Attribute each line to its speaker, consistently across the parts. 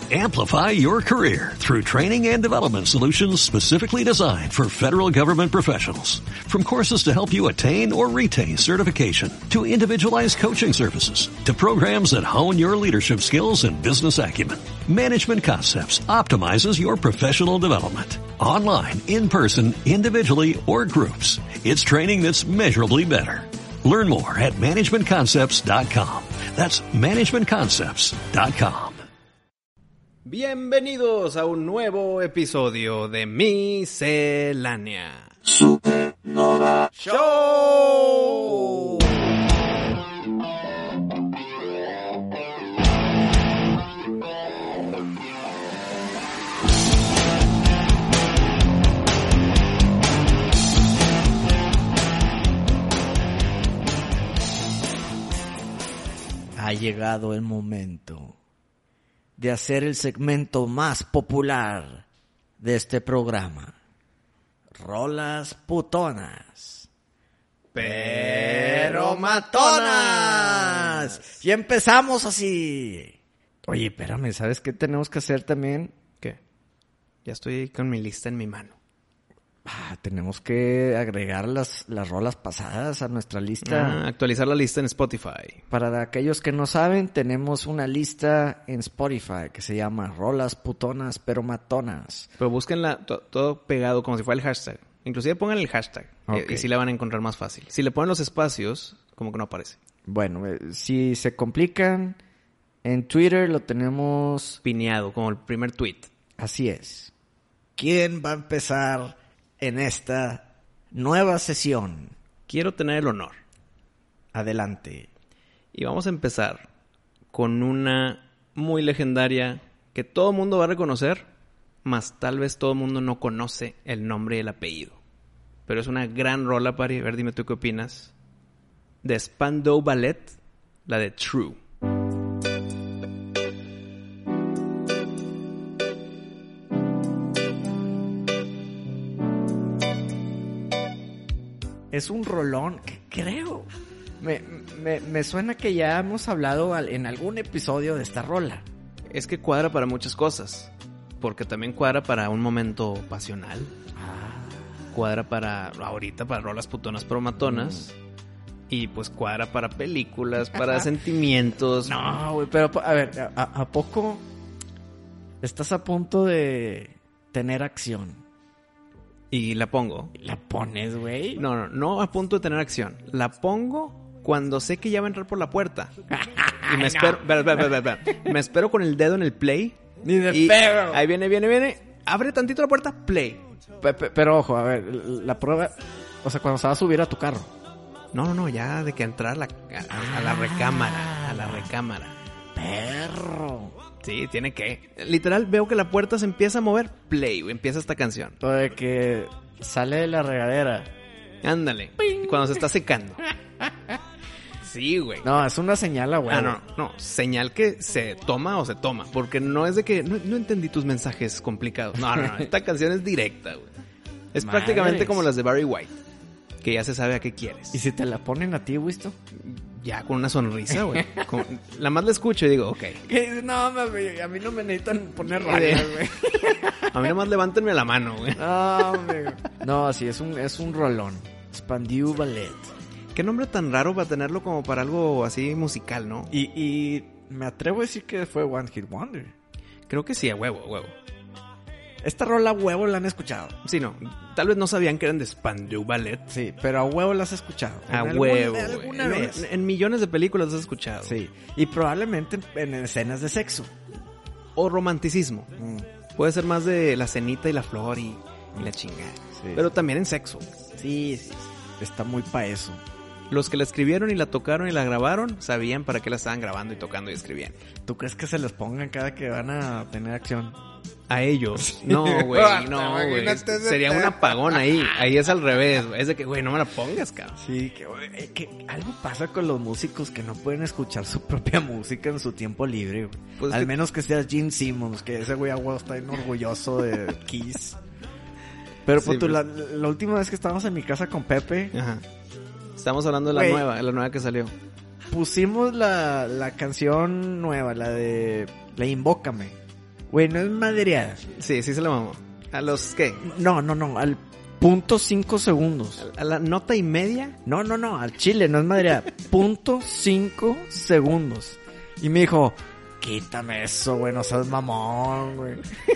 Speaker 1: Amplify your career through training and development solutions specifically designed for federal government professionals. From courses to help you attain or retain certification, to individualized coaching services, to programs that hone your leadership skills and business acumen, Management Concepts optimizes your professional development. Online, in person, individually, or groups, it's training that's measurably better. Learn more at managementconcepts.com. That's managementconcepts.com.
Speaker 2: Bienvenidos a un nuevo episodio de Miscelánea
Speaker 3: Supernova
Speaker 2: Show.
Speaker 4: Ha llegado el momento de hacer el segmento más popular de este programa. Rolas putonas, pero matonas. Y empezamos así. Oye, espérame, ¿sabes qué tenemos que hacer también?
Speaker 2: ¿Qué? Ya estoy con mi lista en mi mano.
Speaker 4: Tenemos que agregar las rolas pasadas a nuestra lista.
Speaker 2: Actualizar la lista en Spotify.
Speaker 4: Para aquellos que no saben, tenemos una lista en Spotify que se llama Rolas Putonas pero Matonas.
Speaker 2: Pero búsquenla todo pegado como si fuera el hashtag. Inclusive pongan el hashtag y sí la van a encontrar más fácil. Si le ponen los espacios, como que no aparece.
Speaker 4: Bueno, si se complican, en Twitter lo tenemos
Speaker 2: pineado, como el primer tweet.
Speaker 4: Así es. ¿Quién va a empezar en esta nueva sesión?
Speaker 2: Quiero tener el honor.
Speaker 4: Adelante.
Speaker 2: Y vamos a empezar con una muy legendaria que todo el mundo va a reconocer, más tal vez todo el mundo no conoce el nombre y el apellido. Pero es una gran rola, Pari. A ver, dime tú qué opinas. De Spandau Ballet, la de True.
Speaker 4: Es un rolón que creo. Me suena que ya hemos hablado en algún episodio de esta rola.
Speaker 2: Es que cuadra para muchas cosas. Porque también cuadra para un momento pasional. Cuadra para ahorita, para rolas putonas pero matonas. Y pues cuadra para películas, para sentimientos.
Speaker 4: No, güey, pero a ver, ¿a poco estás a punto de tener acción?
Speaker 2: Y la pongo.
Speaker 4: ¿La pones, güey?
Speaker 2: No a punto de tener acción. La pongo cuando sé que ya va a entrar por la puerta. Y me espero... Espera. Me espero con el dedo en el play.
Speaker 4: Ni de pedo.
Speaker 2: Ahí viene. Abre tantito la puerta, play.
Speaker 4: Pero ojo, a ver, la prueba... O sea, cuando se va a subir a tu carro.
Speaker 2: No, ya de que entrar a la recámara. A la recámara.
Speaker 4: Perro.
Speaker 2: Sí, tiene que. Literal, veo que la puerta se empieza a mover. Play, güey. Empieza esta canción.
Speaker 4: O de que sale de la regadera.
Speaker 2: Ándale. Y cuando se está secando. Sí, güey.
Speaker 4: No, es una señal, güey.
Speaker 2: No. Señal que se toma o se toma. Porque no es de que... No entendí tus mensajes complicados. No. Esta canción es directa, güey. Es prácticamente como las de Barry White. Que ya se sabe a qué quieres.
Speaker 4: ¿Y si te la ponen a ti, Wisto?
Speaker 2: Ya, con una sonrisa, güey. La más la escucho y digo, ok.
Speaker 4: No, a mí no me necesitan poner radios, güey.
Speaker 2: A mí nomás levántenme la mano, güey.
Speaker 4: No, sí, es un rolón. Spandau Ballet.
Speaker 2: Qué nombre tan raro para tenerlo como para algo así musical, ¿no?
Speaker 4: Y me atrevo a decir que fue One Hit Wonder.
Speaker 2: Creo que sí, a huevo.
Speaker 4: Esta rola a huevo la han escuchado.
Speaker 2: Sí, no. Tal vez no sabían que eran de Spandau Ballet.
Speaker 4: Sí, pero a huevo la has escuchado.
Speaker 2: A huevo.
Speaker 4: ¿Alguna vez?
Speaker 2: En millones de películas las has escuchado.
Speaker 4: Sí. Y probablemente en escenas de sexo.
Speaker 2: O romanticismo. Puede ser más de la cenita y la flor y la chingada. Sí. Pero también en sexo.
Speaker 4: Sí. Está muy pa' eso.
Speaker 2: Los que la escribieron y la tocaron y la grabaron sabían para qué la estaban grabando y tocando y escribían.
Speaker 4: ¿Tú crees que se les pongan cada que van a tener acción?
Speaker 2: A ellos. No, güey. Sería un apagón ahí. Ahí es al revés, güey. Es de que, güey, no me la pongas, cabrón.
Speaker 4: Sí, que algo pasa con los músicos que no pueden escuchar su propia música en su tiempo libre, güey. Pues al menos que seas Gene Simmons, que ese güey agua está bien orgulloso de Kiss. Pero sí, la última vez que estábamos en mi casa con Pepe...
Speaker 2: Ajá. Estamos hablando de la nueva que salió.
Speaker 4: Pusimos la canción nueva, la de Invócame. Güey, no es madreada.
Speaker 2: Sí, sí se la mamó. ¿A los qué?
Speaker 4: No, al .5 segundos.
Speaker 2: ¿A la nota y media?
Speaker 4: No, al chile, no es madreada. .5 segundos. Y me dijo, quítame eso, güey, no seas mamón, güey.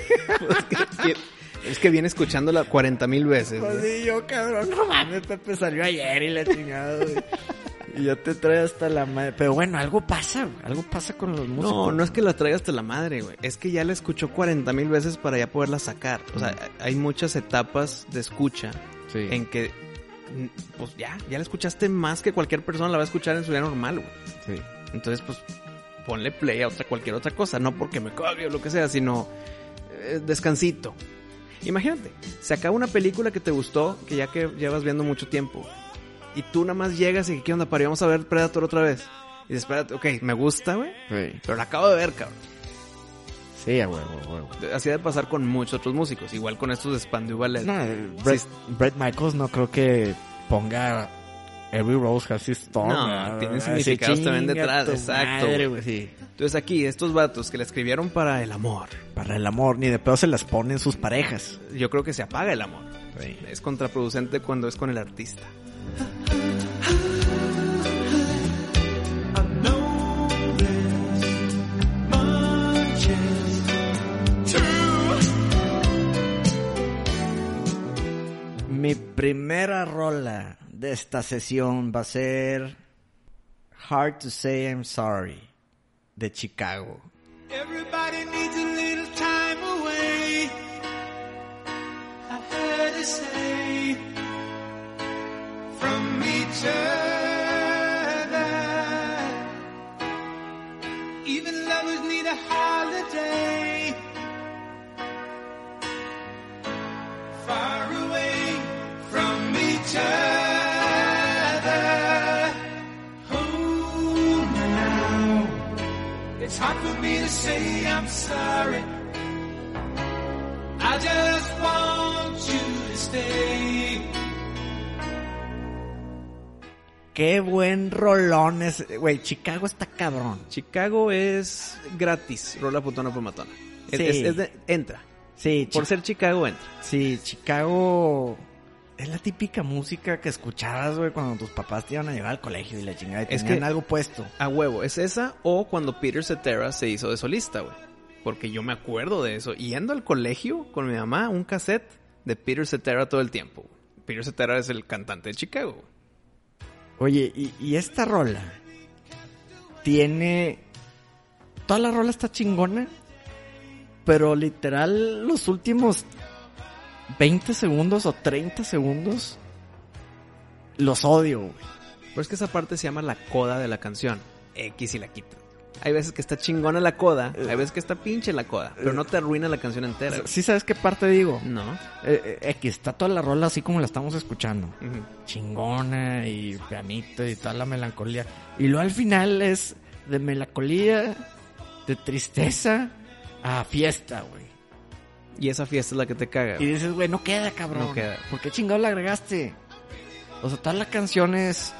Speaker 2: Es que viene escuchándola 40,000 veces.
Speaker 4: Pues sí, yo, cabrón, no mames, Pepe salió ayer y la chingada, güey. Y ya te trae hasta la madre. Pero bueno, algo pasa con los músicos.
Speaker 2: No es que la traiga hasta la madre, güey. Es que ya la escuchó 40,000 veces para ya poderla sacar. O sea, hay muchas etapas de escucha en que, pues ya la escuchaste más que cualquier persona la va a escuchar en su día normal, güey. Sí. Entonces, pues, ponle play a cualquier otra cosa. No porque me cague o lo que sea, sino descansito. Imagínate, se acaba una película que te gustó, que ya que llevas viendo mucho tiempo. Y tú nada más llegas y ¿qué onda, pari? Vamos a ver Predator otra vez. Y dices, espérate, ok, me gusta, güey. Sí. Pero la acabo de ver, cabrón.
Speaker 4: Sí, a huevo.
Speaker 2: Así debe pasar con muchos otros músicos. Igual con estos de Spandau Ballet.
Speaker 4: No, Bret Michaels no creo que ponga Every Rose Has Its Thorn.
Speaker 2: No, tiene significados también detrás. Exacto.
Speaker 4: Madre, sí.
Speaker 2: Entonces aquí, estos vatos que la escribieron para el amor.
Speaker 4: Para el amor, ni de pedo se las ponen sus parejas.
Speaker 2: Yo creo que se apaga el amor. Sí. Es contraproducente cuando es con el artista.
Speaker 4: Mi primera rola de esta sesión va a ser Hard to Say I'm Sorry de Chicago.
Speaker 5: Everybody needs a little time away. I heard it say from each other. Even lovers need a holiday. Far away from each other. Oh, now it's hard for me to say I'm sorry. I just want you to stay.
Speaker 4: Qué buen rolón es, güey. Chicago está cabrón.
Speaker 2: Chicago es gratis. Rola putona por matona.
Speaker 4: Sí.
Speaker 2: Entra.
Speaker 4: Sí.
Speaker 2: Por ser Chicago entra.
Speaker 4: Sí, Chicago es la típica música que escuchabas, güey, cuando tus papás te iban a llevar al colegio y la chingada y tenían algo puesto.
Speaker 2: A huevo, es esa o cuando Peter Cetera se hizo de solista, güey. Porque yo me acuerdo de eso. Yendo al colegio con mi mamá, un cassette de Peter Cetera todo el tiempo. Peter Cetera es el cantante de Chicago, güey.
Speaker 4: Oye, y esta rola tiene... Toda la rola está chingona, pero literal los últimos 20 segundos o 30 segundos los odio, güey.
Speaker 2: Pero es que esa parte se llama la coda de la canción. X y la quita. Hay veces que está chingona la coda, hay veces que está pinche la coda, pero no te arruina la canción entera.
Speaker 4: ¿Sí sabes qué parte digo?
Speaker 2: No.
Speaker 4: X, está toda la rola así como la estamos escuchando.
Speaker 2: Uh-huh.
Speaker 4: Chingona y pianito y toda la melancolía. Y luego al final es de melancolía, de tristeza a fiesta, güey.
Speaker 2: Y esa fiesta es la que te caga,
Speaker 4: güey. Y dices, güey, no queda, cabrón.
Speaker 2: No queda.
Speaker 4: ¿Por qué chingado la agregaste? O sea, toda la canción es...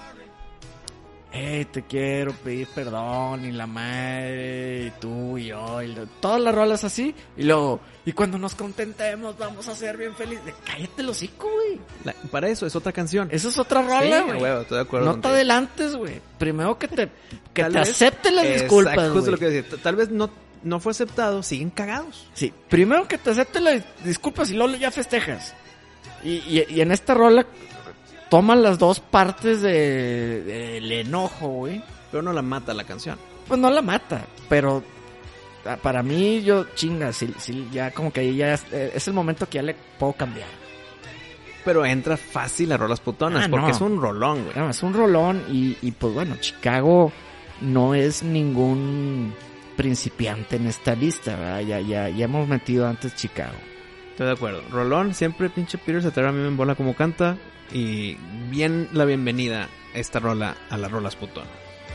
Speaker 4: te quiero pedir perdón, y la madre, y tú, y yo, todas las rolas así, y luego, y cuando nos contentemos vamos a ser bien felices. Cállate el hocico, güey.
Speaker 2: Para eso es otra canción.
Speaker 4: Eso es otra rola, güey.
Speaker 2: Sí, estoy de acuerdo.
Speaker 4: No te adelantes, güey. Primero que te acepten las disculpas, güey.
Speaker 2: Justo lo que decía. Tal vez no fue aceptado, siguen cagados.
Speaker 4: Sí, primero que te acepten las disculpas y luego ya festejas. Y en esta rola toman las dos partes del enojo, güey.
Speaker 2: Pero no la mata la canción.
Speaker 4: Pues no la mata, pero para mí sí, ya como que ahí ya es el momento que ya le puedo cambiar.
Speaker 2: Pero entra fácil a rolas putonas, porque es un rolón, güey.
Speaker 4: No, es un rolón y pues bueno, Chicago no es ningún principiante en esta lista, ¿verdad? Ya hemos metido antes Chicago.
Speaker 2: Estoy de acuerdo. Rolón, siempre pinche Peter Cetera a mí me embola como canta. Y bien la bienvenida esta rola a las rolas putonas.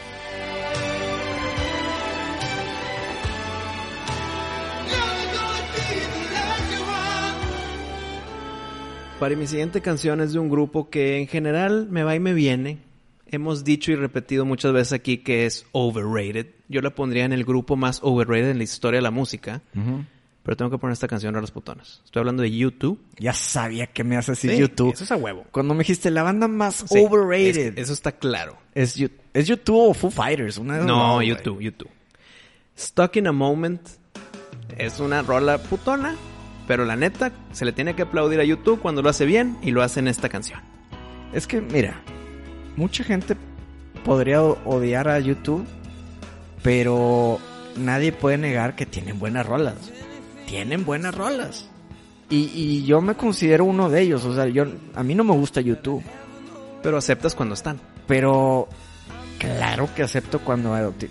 Speaker 2: Para mi siguiente canción es de un grupo que en general me va y me viene. Hemos dicho y repetido muchas veces aquí que es overrated. Yo la pondría en el grupo más overrated en la historia de la música.
Speaker 4: Uh-huh.
Speaker 2: pero tengo que poner esta canción a las putonas. Estoy hablando de U2.
Speaker 4: Ya sabía que me hace así
Speaker 2: Sí,
Speaker 4: YouTube.
Speaker 2: eso es a huevo.
Speaker 4: Cuando me dijiste la banda más
Speaker 2: Sí,
Speaker 4: overrated.
Speaker 2: eso está claro.
Speaker 4: ¿Es YouTube o Foo Fighters? Una de esas
Speaker 2: No,
Speaker 4: dos, güey.
Speaker 2: U2. Stuck in a Moment es una rola putona, pero la neta, se le tiene que aplaudir a U2 cuando lo hace bien y lo hace en esta canción.
Speaker 4: Es que, mira, mucha gente podría odiar a YouTube, pero nadie puede negar que tienen buenas rolas. Tienen buenas rolas. Y yo me considero uno de ellos. O sea, a mí no me gusta YouTube,
Speaker 2: Pero aceptas cuando están.
Speaker 4: pero claro que acepto cuando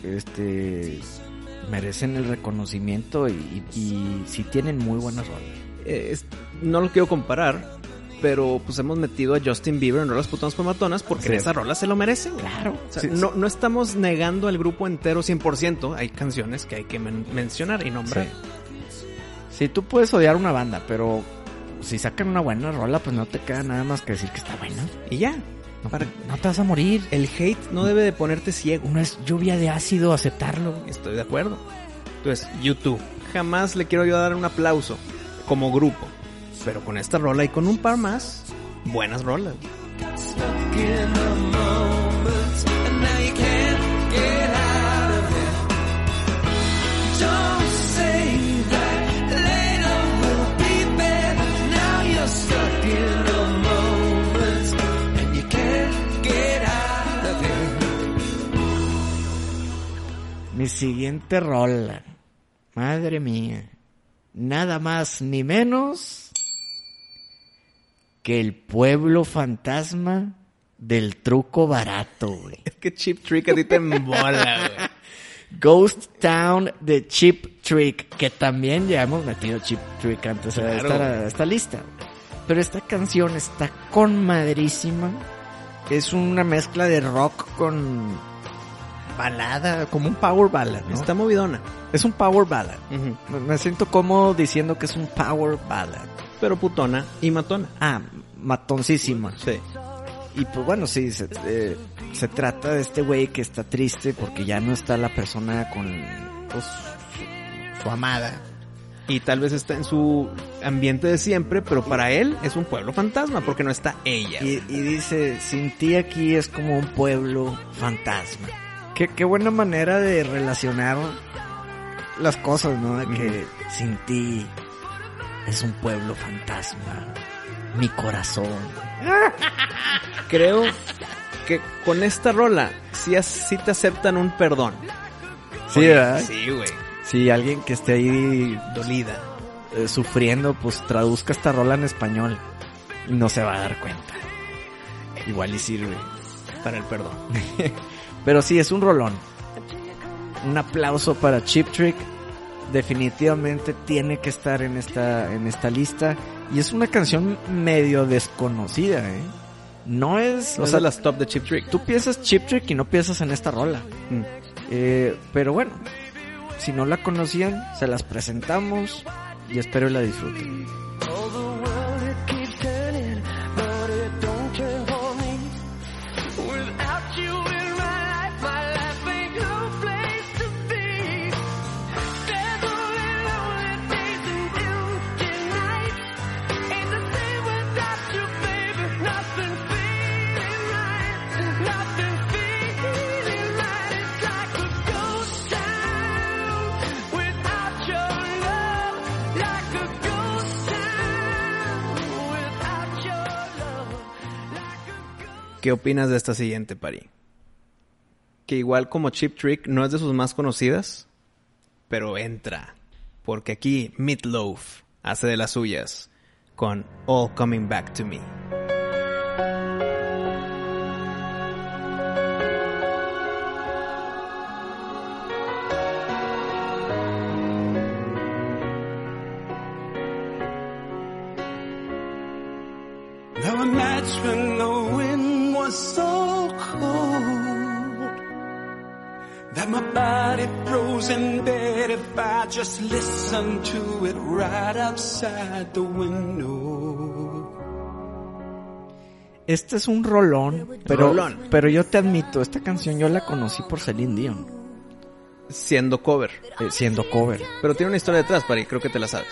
Speaker 4: merecen el reconocimiento y sí tienen muy buenas rolas.
Speaker 2: No lo quiero comparar, pero pues hemos metido a Justin Bieber en rolas putonas por matonas porque
Speaker 4: Sí.
Speaker 2: esa rola se lo merece.
Speaker 4: Claro.
Speaker 2: O sea,
Speaker 4: Sí,
Speaker 2: no estamos negando al grupo entero 100%. Hay canciones que hay que mencionar y nombrar.
Speaker 4: Sí, tú puedes odiar una banda, pero si sacan una buena rola, pues no te queda nada más que decir que está buena.
Speaker 2: Y ya.
Speaker 4: No te vas a morir.
Speaker 2: El hate no debe de ponerte ciego.
Speaker 4: Uno es lluvia de ácido, aceptarlo.
Speaker 2: Estoy de acuerdo. Entonces, YouTube. Jamás le quiero yo dar un aplauso como grupo. Pero con esta rola y con un par más, buenas rolas.
Speaker 4: Mi siguiente rola. Madre mía. Nada más ni menos que el pueblo fantasma del truco barato, güey.
Speaker 2: Es que Cheap Trick a ti te embola, güey.
Speaker 4: Ghost Town de Cheap Trick, que también ya hemos metido Cheap Trick antes de
Speaker 2: Claro.
Speaker 4: esta lista. Pero esta canción está con madrísima. Es una mezcla de rock con balada, como un power ballad, ¿no?
Speaker 2: Está movidona.
Speaker 4: Es un power ballad.
Speaker 2: Ujú.
Speaker 4: Me siento cómodo diciendo que es un power ballad.
Speaker 2: Pero putona y matona.
Speaker 4: Ah, matoncísima.
Speaker 2: Sí.
Speaker 4: Y pues bueno, sí, se trata de este güey que está triste porque ya no está la persona con pues, su amada.
Speaker 2: Y tal vez está en su ambiente de siempre, pero para él es un pueblo fantasma porque no está ella.
Speaker 4: Y dice, sin ti aquí es como un pueblo fantasma. Qué buena manera de relacionar las cosas, ¿no? De que sin ti es un pueblo fantasma. Mi corazón.
Speaker 2: Creo que con esta rola sí te aceptan un perdón.
Speaker 4: Sí,
Speaker 2: Oye,
Speaker 4: ¿verdad?
Speaker 2: Sí, güey.
Speaker 4: Si alguien que esté ahí
Speaker 2: Dolida.
Speaker 4: sufriendo, pues traduzca esta rola en español y no se va a dar cuenta. Igual y sirve.
Speaker 2: Para el perdón.
Speaker 4: Pero sí, es un rolón. Un aplauso para Cheap Trick. Definitivamente tiene que estar en esta lista. Y es una canción medio desconocida, ¿eh? No es...
Speaker 2: O sea, las top de Cheap Trick.
Speaker 4: Tú piensas Cheap Trick y no piensas en esta rola. Pero bueno, si no la conocían, se las presentamos y espero la disfruten.
Speaker 2: ¿Qué opinas de esta siguiente, Pari? Que igual como Cheap Trick no es de sus más conocidas, pero entra. Porque aquí Meatloaf hace de las suyas con All Coming Back to Me.
Speaker 5: There were nights when the wind was so cold that my body froze in bed if I just listened to it right outside the window.
Speaker 4: Este es un rolón, pero yo te admito, esta canción yo la conocí por Celine Dion.
Speaker 2: Siendo cover.
Speaker 4: Siendo cover.
Speaker 2: Pero tiene una historia detrás, Pari, creo que te la sabes.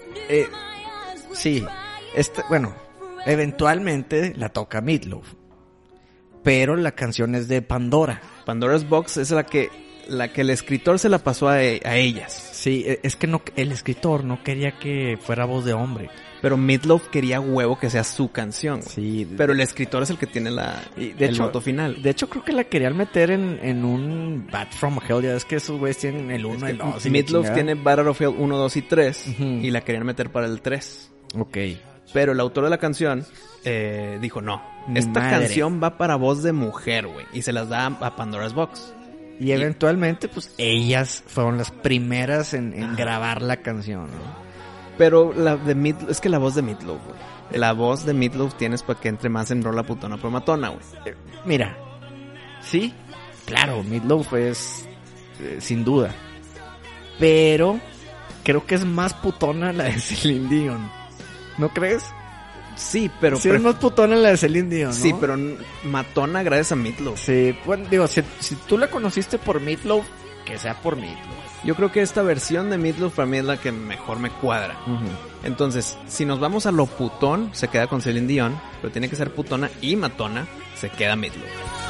Speaker 4: Sí. Bueno, eventualmente la toca Meatloaf. Pero la canción es de Pandora.
Speaker 2: Pandora's Box es la que el escritor se la pasó a ellas.
Speaker 4: Sí, es que el escritor no quería que fuera voz de hombre.
Speaker 2: Pero Meatloaf quería huevo que sea su canción.
Speaker 4: Sí.
Speaker 2: Pero el escritor es el que tiene el voto final.
Speaker 4: De hecho, creo que la querían meter en un Bad From Hell. Ya es que esos güeyes tienen el 1 y el 2.
Speaker 2: Meatloaf tiene Battle of Hell 1, 2 y 3. Uh-huh. Y la querían meter para el 3.
Speaker 4: Ok.
Speaker 2: Pero el autor de la canción dijo no. Esta canción va para voz de mujer, güey. Y se las da a Pandora's Box.
Speaker 4: Y eventualmente, pues, ellas fueron las primeras en grabar la canción, ¿no?
Speaker 2: Pero la de Meatloaf, es que la voz de Meatloaf, güey. La voz de Meatloaf tienes para que entre más en rola putona por matona, güey.
Speaker 4: Mira, sí, claro, Meatloaf es sin duda. Pero creo que es más putona la de Celine Dion. ¿No crees?
Speaker 2: Sí, pero...
Speaker 4: Sí, es más putona la de Celine Dion, ¿no?
Speaker 2: Sí, pero matona gracias a Meatloaf.
Speaker 4: Sí, bueno, digo, si tú la conociste por Meatloaf, que sea por Meatloaf.
Speaker 2: Yo creo que esta versión de Meatloaf para mí es la que mejor me cuadra. Uh-huh. Entonces, si nos vamos a lo putón, se queda con Celine Dion, pero tiene que ser putona y matona, se queda Meatloaf.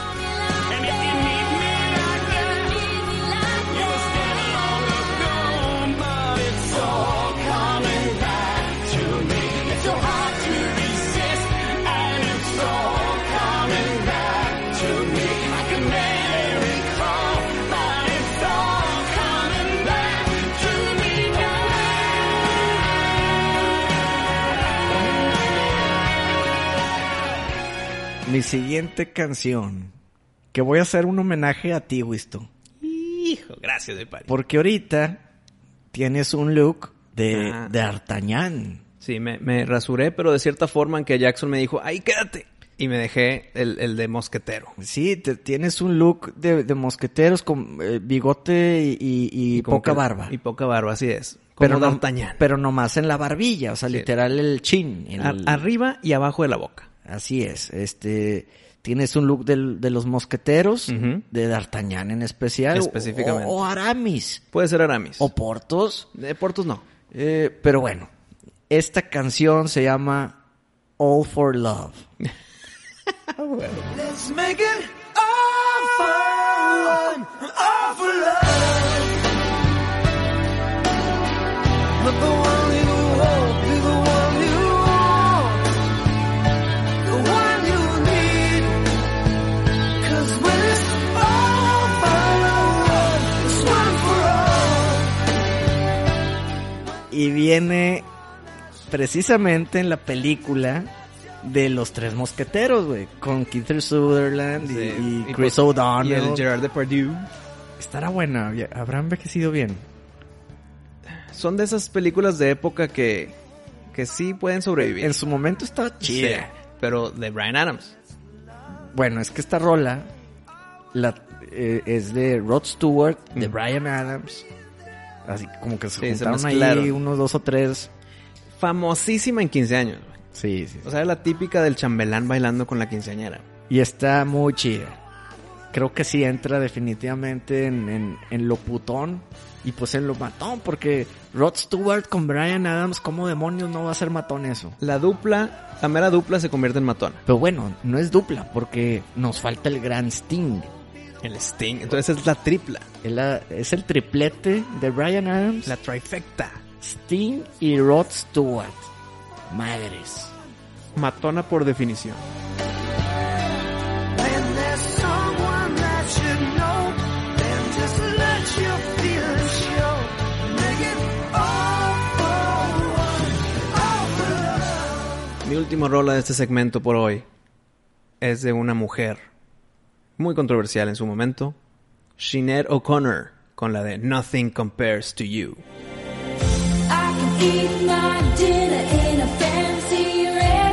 Speaker 4: Mi siguiente canción, que voy a hacer un homenaje a ti, Wisto.
Speaker 2: Hijo, gracias, de Pari.
Speaker 4: Porque ahorita tienes un look de D'Artagnan.
Speaker 2: Sí, me rasuré, pero de cierta forma en que Jackson me dijo, ¡ahí quédate! Y me dejé el de mosquetero.
Speaker 4: Sí, tienes un look de mosqueteros con bigote y poca barba.
Speaker 2: Y poca barba, así es. Como D'Artagnan.
Speaker 4: Pero nomás en la barbilla, o sea, sí. Literal el chin.
Speaker 2: Arriba y abajo de la boca.
Speaker 4: Así es, tienes un look de los mosqueteros, uh-huh. De D'Artagnan en especial.
Speaker 2: Específicamente.
Speaker 4: O Aramis.
Speaker 2: Puede ser Aramis.
Speaker 4: O Porthos.
Speaker 2: De Porthos no.
Speaker 4: Pero bueno, esta canción se llama All for Love.
Speaker 5: Bueno. Let's make it all for love. Let the one you hold be the one you want, the one you need. 'Cause when it's all for love, it's one for all.
Speaker 4: Y viene precisamente en la película de los Tres Mosqueteros, güey, con Kiefer Sutherland y Chris O'Donnell.
Speaker 2: Y el Gerard Depardieu.
Speaker 4: Estará buena, habrá envejecido bien.
Speaker 2: Son de esas películas de época que sí pueden sobrevivir.
Speaker 4: En su momento estaba chida.
Speaker 2: Sí, pero de Bryan Adams.
Speaker 4: Bueno, es que esta rola es de Rod Stewart, de Bryan Adams. Así como que se juntaron ahí unos 2 o 3.
Speaker 2: Famosísima en 15 años.
Speaker 4: Sí.
Speaker 2: O sea, es la típica del chambelán bailando con la quinceañera.
Speaker 4: Y está muy chida. Creo que sí entra definitivamente en lo putón y pues en lo matón, porque Rod Stewart con Bryan Adams, ¿cómo demonios no va a ser matón eso?
Speaker 2: La mera dupla se convierte en matón.
Speaker 4: Pero bueno, no es dupla, porque nos falta el gran Sting.
Speaker 2: El Sting, entonces es la tripla.
Speaker 4: Es el triplete de Bryan Adams.
Speaker 2: La trifecta.
Speaker 4: Sting y Rod Stewart. Madres.
Speaker 2: Matona por definición. Mi última rola de este segmento por hoy es de una mujer muy controversial en su momento, Sinead O'Connor, con la de Nothing Compares to You.
Speaker 6: I can eat my dinner in a fancy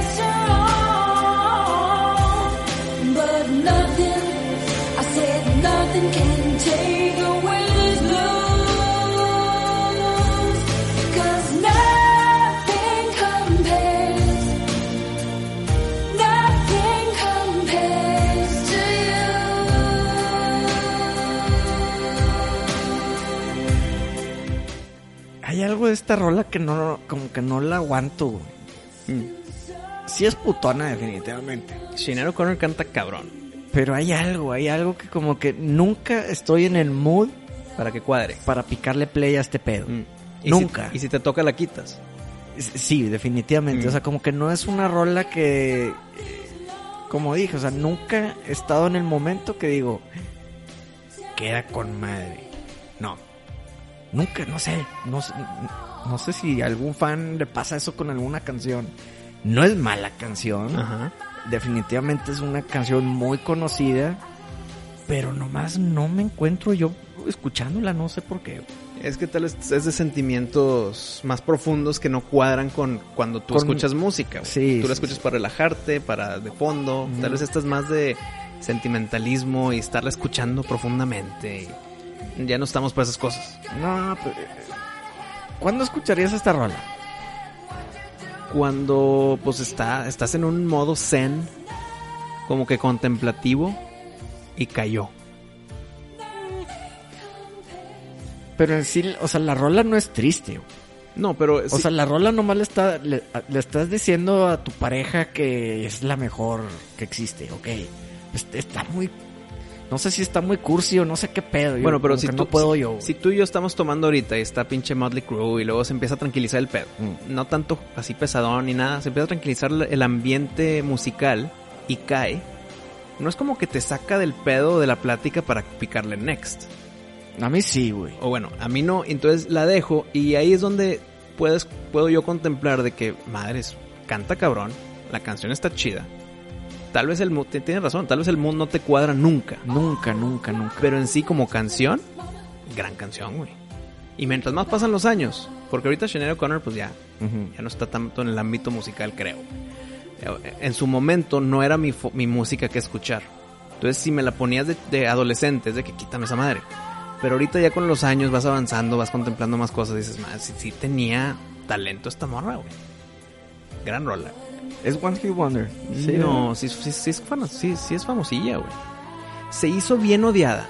Speaker 6: restaurant, but nothing, I said nothing can take away this blues, 'cause nothing compares to you.
Speaker 4: de esta rola que no, como que no la aguanto, güey. Sí es putona, definitivamente.
Speaker 2: Sinéad O'Connor canta cabrón.
Speaker 4: Pero hay algo que como que nunca estoy en el mood
Speaker 2: Para que cuadre.
Speaker 4: para picarle play a este pedo.
Speaker 2: Y
Speaker 4: Nunca.
Speaker 2: Y si te toca, la quitas.
Speaker 4: Sí, definitivamente. O sea, como que no es una rola que... Como dije, o sea, nunca he estado en el momento que digo... Queda con madre. No. Nunca, no sé. No sé si a algún fan le pasa eso con alguna canción. No es mala canción.
Speaker 2: Ajá.
Speaker 4: Definitivamente es una canción muy conocida. Pero nomás no me encuentro yo escuchándola, no sé por qué.
Speaker 2: Es que tal vez es de sentimientos más profundos que no cuadran con cuando tú escuchas música. Güey.
Speaker 4: Sí,
Speaker 2: tú la
Speaker 4: sí,
Speaker 2: escuchas para relajarte, para de fondo. Tal vez esta es más de sentimentalismo y estarla escuchando profundamente. Y ya no estamos para esas cosas.
Speaker 4: No, pero... ¿Cuándo escucharías esta rola?
Speaker 2: Cuando pues estás en un modo zen, como que contemplativo, y cayó.
Speaker 4: Pero en sí, o sea, la rola no es triste, güey.
Speaker 2: No, pero...
Speaker 4: O sea, la rola nomás le estás diciendo a tu pareja que es la mejor que existe, ok. Está muy... No sé si está muy cursi o no sé qué pedo.
Speaker 2: Bueno, pero si
Speaker 4: no puedo yo.
Speaker 2: Si tú y yo estamos tomando ahorita y está pinche Motley Crue y luego se empieza a tranquilizar el pedo. No tanto así pesadón ni nada. Se empieza a tranquilizar el ambiente musical y cae. No es como que te saca del pedo de la plática para picarle next.
Speaker 4: A mí sí, güey.
Speaker 2: O bueno, a mí no. Entonces la dejo y ahí es donde puedo yo contemplar de que, madres, canta cabrón. La canción está chida. Tal vez el mood, tienes razón, tal vez el mood no te cuadra nunca.
Speaker 4: Nunca.
Speaker 2: Pero en sí como canción, gran canción, güey. Y mientras más pasan los años, porque ahorita Sinéad O'Connor pues ya no está tanto en el ámbito musical, creo. En su momento no era mi música que escuchar. Entonces si me la ponías de adolescente, es de que quítame esa madre. Pero ahorita ya con los años vas avanzando, vas contemplando más cosas, dices, madre, sí tenía talento esta morra, güey. Gran rola.
Speaker 4: ¿Es One Hit Wonder?
Speaker 2: Sí, no, sí es famosilla, güey. Se hizo bien odiada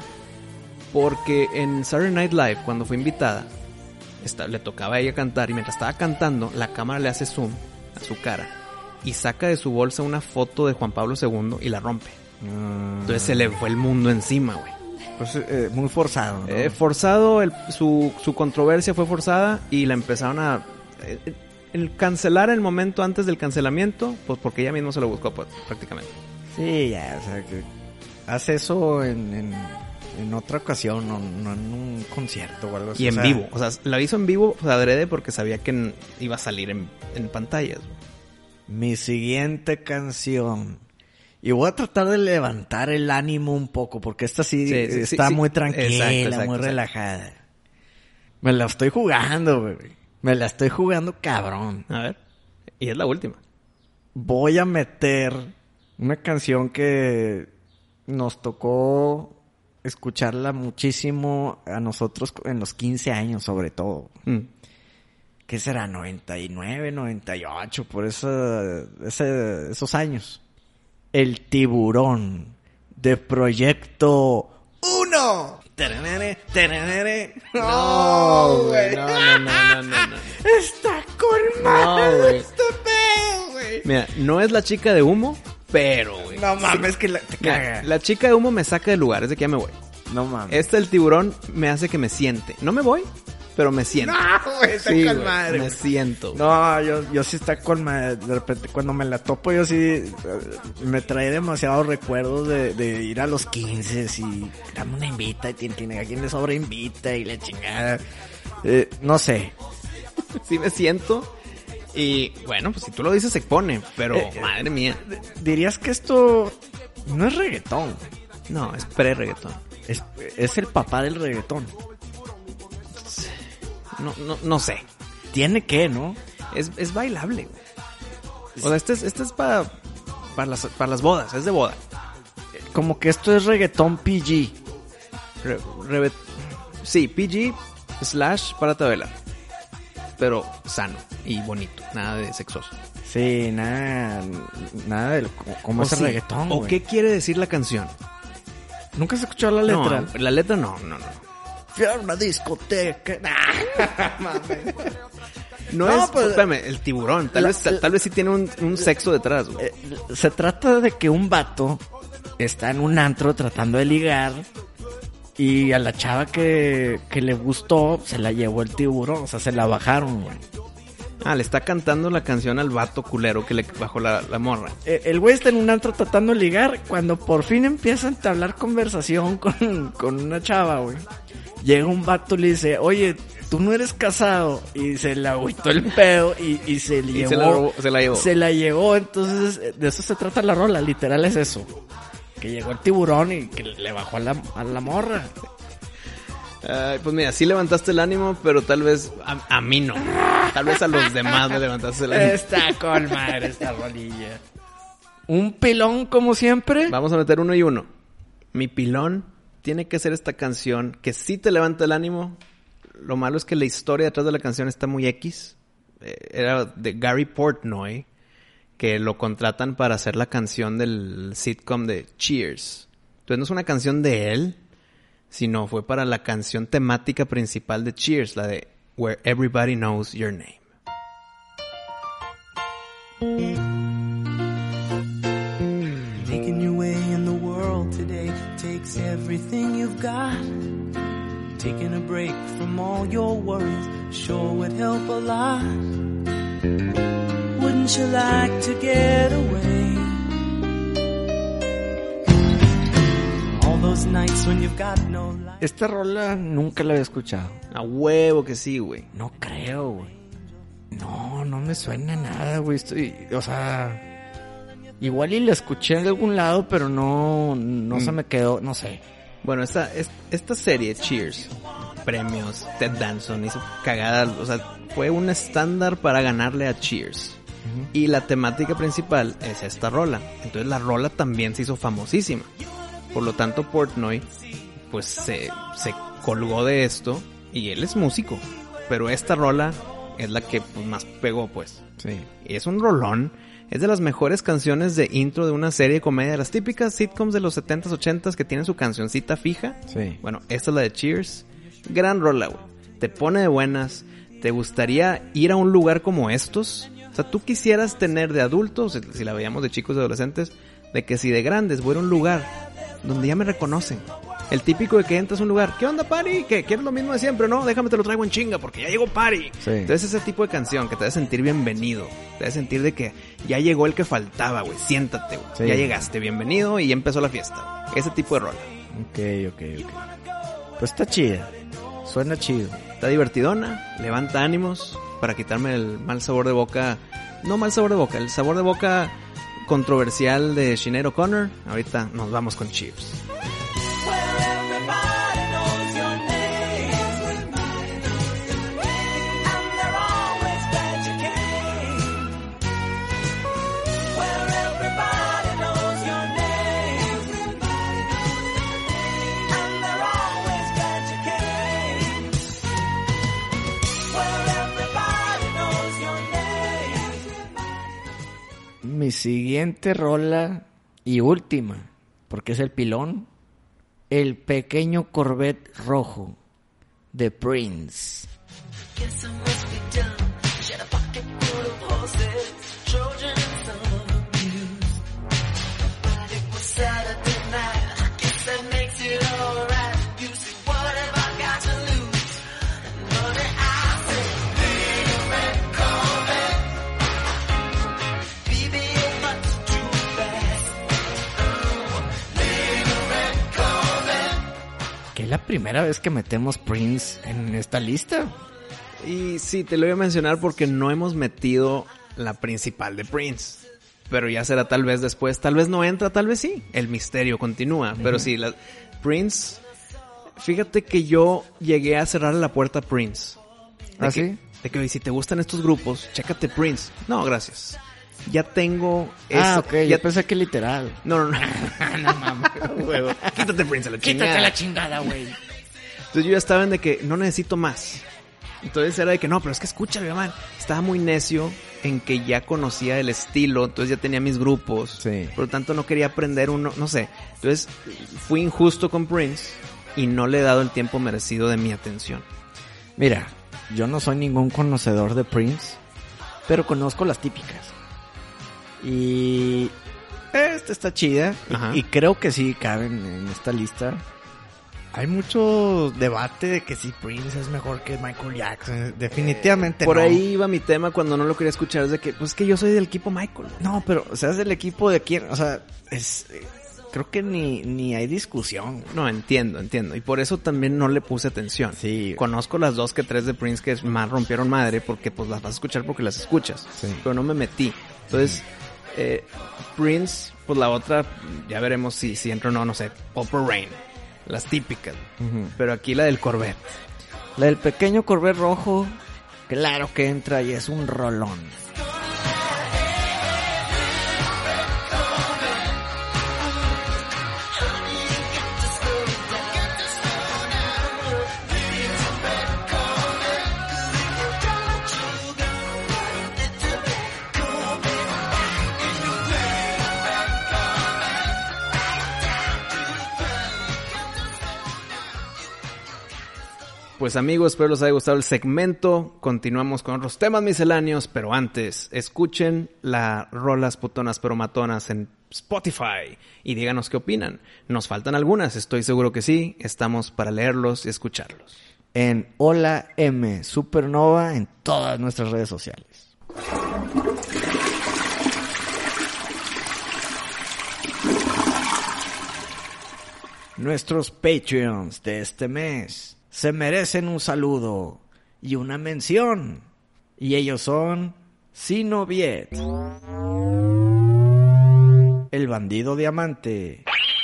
Speaker 2: porque en Saturday Night Live, cuando fue invitada, le tocaba a ella cantar y mientras estaba cantando, la cámara le hace zoom a su cara y saca de su bolsa una foto de Juan Pablo II y la rompe. Entonces se le fue el mundo encima, güey.
Speaker 4: Pues muy forzado, ¿no?
Speaker 2: Forzado, su controversia fue forzada y la empezaron a... el cancelar el momento antes del cancelamiento, pues porque ella misma se lo buscó pues, prácticamente.
Speaker 4: Sí, ya, o sea, que hace eso en otra ocasión, no en un concierto o algo así.
Speaker 2: Y en vivo, o sea, la hizo en vivo pues, adrede porque sabía que iba a salir en pantallas.
Speaker 4: Mi siguiente canción. Y voy a tratar de levantar el ánimo un poco, porque esta sí está muy tranquila, exacto, muy relajada. Me la estoy jugando, güey. Me la estoy jugando cabrón.
Speaker 2: A ver. Y es la última.
Speaker 4: Voy a meter una canción que nos tocó escucharla muchísimo a nosotros en los 15 años, sobre todo. ¿Qué será? 99, 98, por esos años. El Tiburón de Proyecto 1.
Speaker 2: No, güey. No.
Speaker 4: Está con madre,
Speaker 2: no, güey.
Speaker 4: este pedo, güey.
Speaker 2: Mira, no es la chica de humo, pero, güey.
Speaker 4: No mames, que te caga.
Speaker 2: La chica de humo me saca del lugar, es de que ya me voy.
Speaker 4: No mames.
Speaker 2: El tiburón me hace que me siente. No me voy, pero me siento.
Speaker 4: No, güey, está
Speaker 2: sí,
Speaker 4: con madre.
Speaker 2: Me siento.
Speaker 4: No, yo sí está con madre. De repente, cuando me la topo, yo sí me trae demasiados recuerdos de ir a los 15 y dame una invita y tiene a quien le sobra invita y la chingada. No sé.
Speaker 2: Sí me siento. Y bueno, pues si tú lo dices se pone, pero madre mía.
Speaker 4: Dirías que esto no es reggaetón.
Speaker 2: No, es pre-reggaetón.
Speaker 4: Es el papá del reggaetón.
Speaker 2: No sé.
Speaker 4: Tiene que, ¿no?
Speaker 2: Es bailable, güey. O sea, este es para las bodas, es de boda.
Speaker 4: Como que esto es reggaetón PG.
Speaker 2: Sí, PG / para bailar. Pero sano y bonito, nada de sexoso.
Speaker 4: Sí, nada de como ese reggaetón,
Speaker 2: ¿O
Speaker 4: güey?
Speaker 2: qué quiere decir la canción?
Speaker 4: ¿Nunca has escuchado la letra?
Speaker 2: No, la letra no.
Speaker 4: fui a una discoteca. Mames.
Speaker 2: No es, pues, espérame, el tiburón. Tal vez sí tiene un sexo detrás, güey.
Speaker 4: Se trata de que un vato está en un antro tratando de ligar y a la chava que le gustó se la llevó el tiburón, o sea, se la bajaron, güey.
Speaker 2: Le está cantando la canción al vato culero que le bajó la morra.
Speaker 4: El güey está en un antro tratando de ligar cuando por fin empiezan a hablar conversación con una chava, güey. Llega un vato y le dice, oye, tú no eres casado. Y se le agüitó el pedo y se le llevó.
Speaker 2: Se la llevó.
Speaker 4: Se la llevó, entonces de eso se trata la rola, literal es eso. Que llegó el tiburón y que le bajó a la morra.
Speaker 2: Pues mira, sí levantaste el ánimo, pero tal vez a mí no. Tal vez a los demás me levantaste el ánimo.
Speaker 4: Está con madre esta rolilla. Un pilón como siempre.
Speaker 2: Vamos a meter 1 y 1. Mi pilón tiene que ser esta canción que sí te levanta el ánimo. Lo malo es que la historia detrás de la canción está muy X. Era de Gary Portnoy, que lo contratan para hacer la canción del sitcom de Cheers. Entonces no es una canción de él, sino fue para la canción temática principal de Cheers, la de Where Everybody Knows Your Name.
Speaker 5: Making your way in the world today takes everything you've got. Taking a break from all your worries sure would help a lot. Wouldn't you like to get away? All those nights when you've got no light.
Speaker 4: Esta rola nunca la había escuchado.
Speaker 2: A huevo que sí, güey.
Speaker 4: No creo, güey. No me suena nada, güey. O sea, igual y la escuché en algún lado, pero no se me quedó, no sé.
Speaker 2: Bueno, esta serie, Cheers, premios, Ted Danson hizo cagada, o sea, fue un estándar para ganarle a Cheers. Uh-huh. Y la temática principal es esta rola. Entonces la rola también se hizo famosísima. Por lo tanto, Portnoy, pues se colgó de esto y él es músico. Pero esta rola es la que pues, más pegó, pues.
Speaker 4: Sí.
Speaker 2: Y es un rolón. Es de las mejores canciones de intro de una serie de comedia. Las típicas sitcoms de los 70s, 80s que tienen su cancioncita fija.
Speaker 4: Sí.
Speaker 2: Bueno, esta es la de Cheers. Gran rola, güey. Te pone de buenas. ¿Te gustaría ir a un lugar como estos? O sea, tú quisieras tener de adultos, si la veíamos de chicos y adolescentes, de que si de grandes voy a un lugar donde ya me reconocen. El típico de que entras a un lugar, ¿qué onda, Pari? ¿Qué? ¿Quieres lo mismo de siempre? No, déjame te lo traigo en chinga porque ya llegó Pari.
Speaker 4: Sí.
Speaker 2: Entonces ese tipo de canción que te hace sentir bienvenido, te hace sentir de que ya llegó el que faltaba, güey, siéntate, güey. Sí. Ya llegaste, bienvenido y ya empezó la fiesta. Ese tipo de rola.
Speaker 4: Ok. Pues está chida, suena chido.
Speaker 2: Está divertidona, levanta ánimos para quitarme el mal sabor de boca. No mal sabor de boca, el sabor de boca controversial de Sinead O'Connor. Ahorita nos vamos con Cheers.
Speaker 4: Mi siguiente rola y última, porque es el pilón, El Pequeño Corvette Rojo de Prince. Es la primera vez que metemos Prince en esta lista.
Speaker 2: Y sí, te lo voy a mencionar porque no hemos metido la principal de Prince. Pero ya será tal vez después. Tal vez no entra, tal vez sí. El misterio continúa. Uh-huh. Pero sí, Prince... Fíjate que yo llegué a cerrarle la puerta a Prince.
Speaker 4: ¿Ah, sí?
Speaker 2: De que si te gustan estos grupos, chécate Prince. No, gracias. Ya tengo...
Speaker 4: ok, ya pensé que literal.
Speaker 2: No.
Speaker 4: No mames,
Speaker 2: huevo. Quítate Prince a la chingada.
Speaker 4: Quítate la chingada, güey.
Speaker 2: Entonces yo ya estaba en de que no necesito más. Entonces era de que no, pero es que escúchame, man. Estaba muy necio en que ya conocía el estilo, entonces ya tenía mis grupos.
Speaker 4: Sí.
Speaker 2: Por lo tanto no quería aprender uno, no sé. Entonces fui injusto con Prince y no le he dado el tiempo merecido de mi atención.
Speaker 4: Mira, yo no soy ningún conocedor de Prince, pero conozco las típicas. Y esta está chida y creo que sí caben en esta lista. Hay mucho debate de que si Prince es mejor que Michael Jackson. Definitivamente
Speaker 2: por
Speaker 4: no.
Speaker 2: ahí iba mi tema cuando no lo quería escuchar, es de que, pues que yo soy del equipo Michael.
Speaker 4: No, pero, o sea, es del equipo de quién, o sea, es... Creo que ni hay discusión.
Speaker 2: No, entiendo. Y por eso también no le puse atención.
Speaker 4: Sí.
Speaker 2: Conozco las 2 que 3 de Prince que más rompieron madre porque pues las vas a escuchar porque las escuchas.
Speaker 4: Sí.
Speaker 2: Pero no me metí. Entonces, Prince, pues la otra, ya veremos si entra o no sé, Purple Rain. Las típicas. Pero aquí la del Corvette.
Speaker 4: La del pequeño Corvette rojo, claro que entra y es un rolón.
Speaker 2: Pues amigos, espero les haya gustado el segmento. Continuamos con otros temas misceláneos, pero antes, escuchen las rolas putonas pero matonas en Spotify y díganos qué opinan. Nos faltan algunas, estoy seguro que sí. Estamos para leerlos y escucharlos.
Speaker 4: En Hola M Supernova en todas nuestras redes sociales. Nuestros Patreons de este mes se merecen un saludo y una mención. Y ellos son Sinoviet, El Bandido Diamante,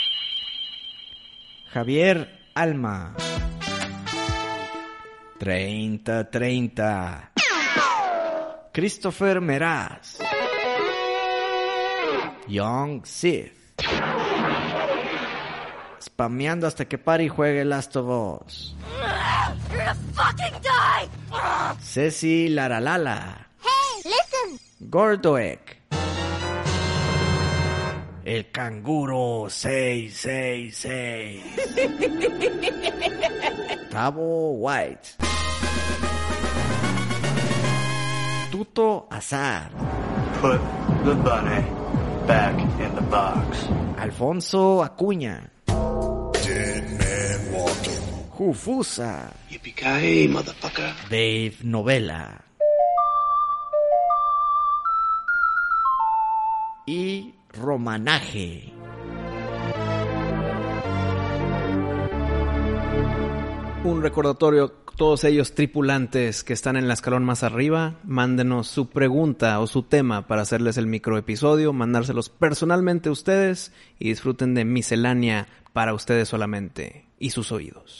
Speaker 4: Javier Alma, 3030, Christopher Meraz, Young Sith, spameando hasta que pare y juegue Last of Us,
Speaker 6: You're gonna fucking die!
Speaker 4: Ceci Laralala,
Speaker 6: Hey, listen!
Speaker 4: Gordoek, El Canguro 666, Tabo White, Tuto Azar,
Speaker 3: Put the bunny back in the box.
Speaker 4: Alfonso Acuña, Jufusa,
Speaker 3: Yippee-ki-yay, motherfucker.
Speaker 4: Dave Novela y Romanaje.
Speaker 2: Un recordatorio, todos ellos tripulantes que están en el escalón más arriba, mándenos su pregunta o su tema para hacerles el microepisodio, mandárselos personalmente a ustedes y disfruten de miscelánea para ustedes solamente y sus oídos.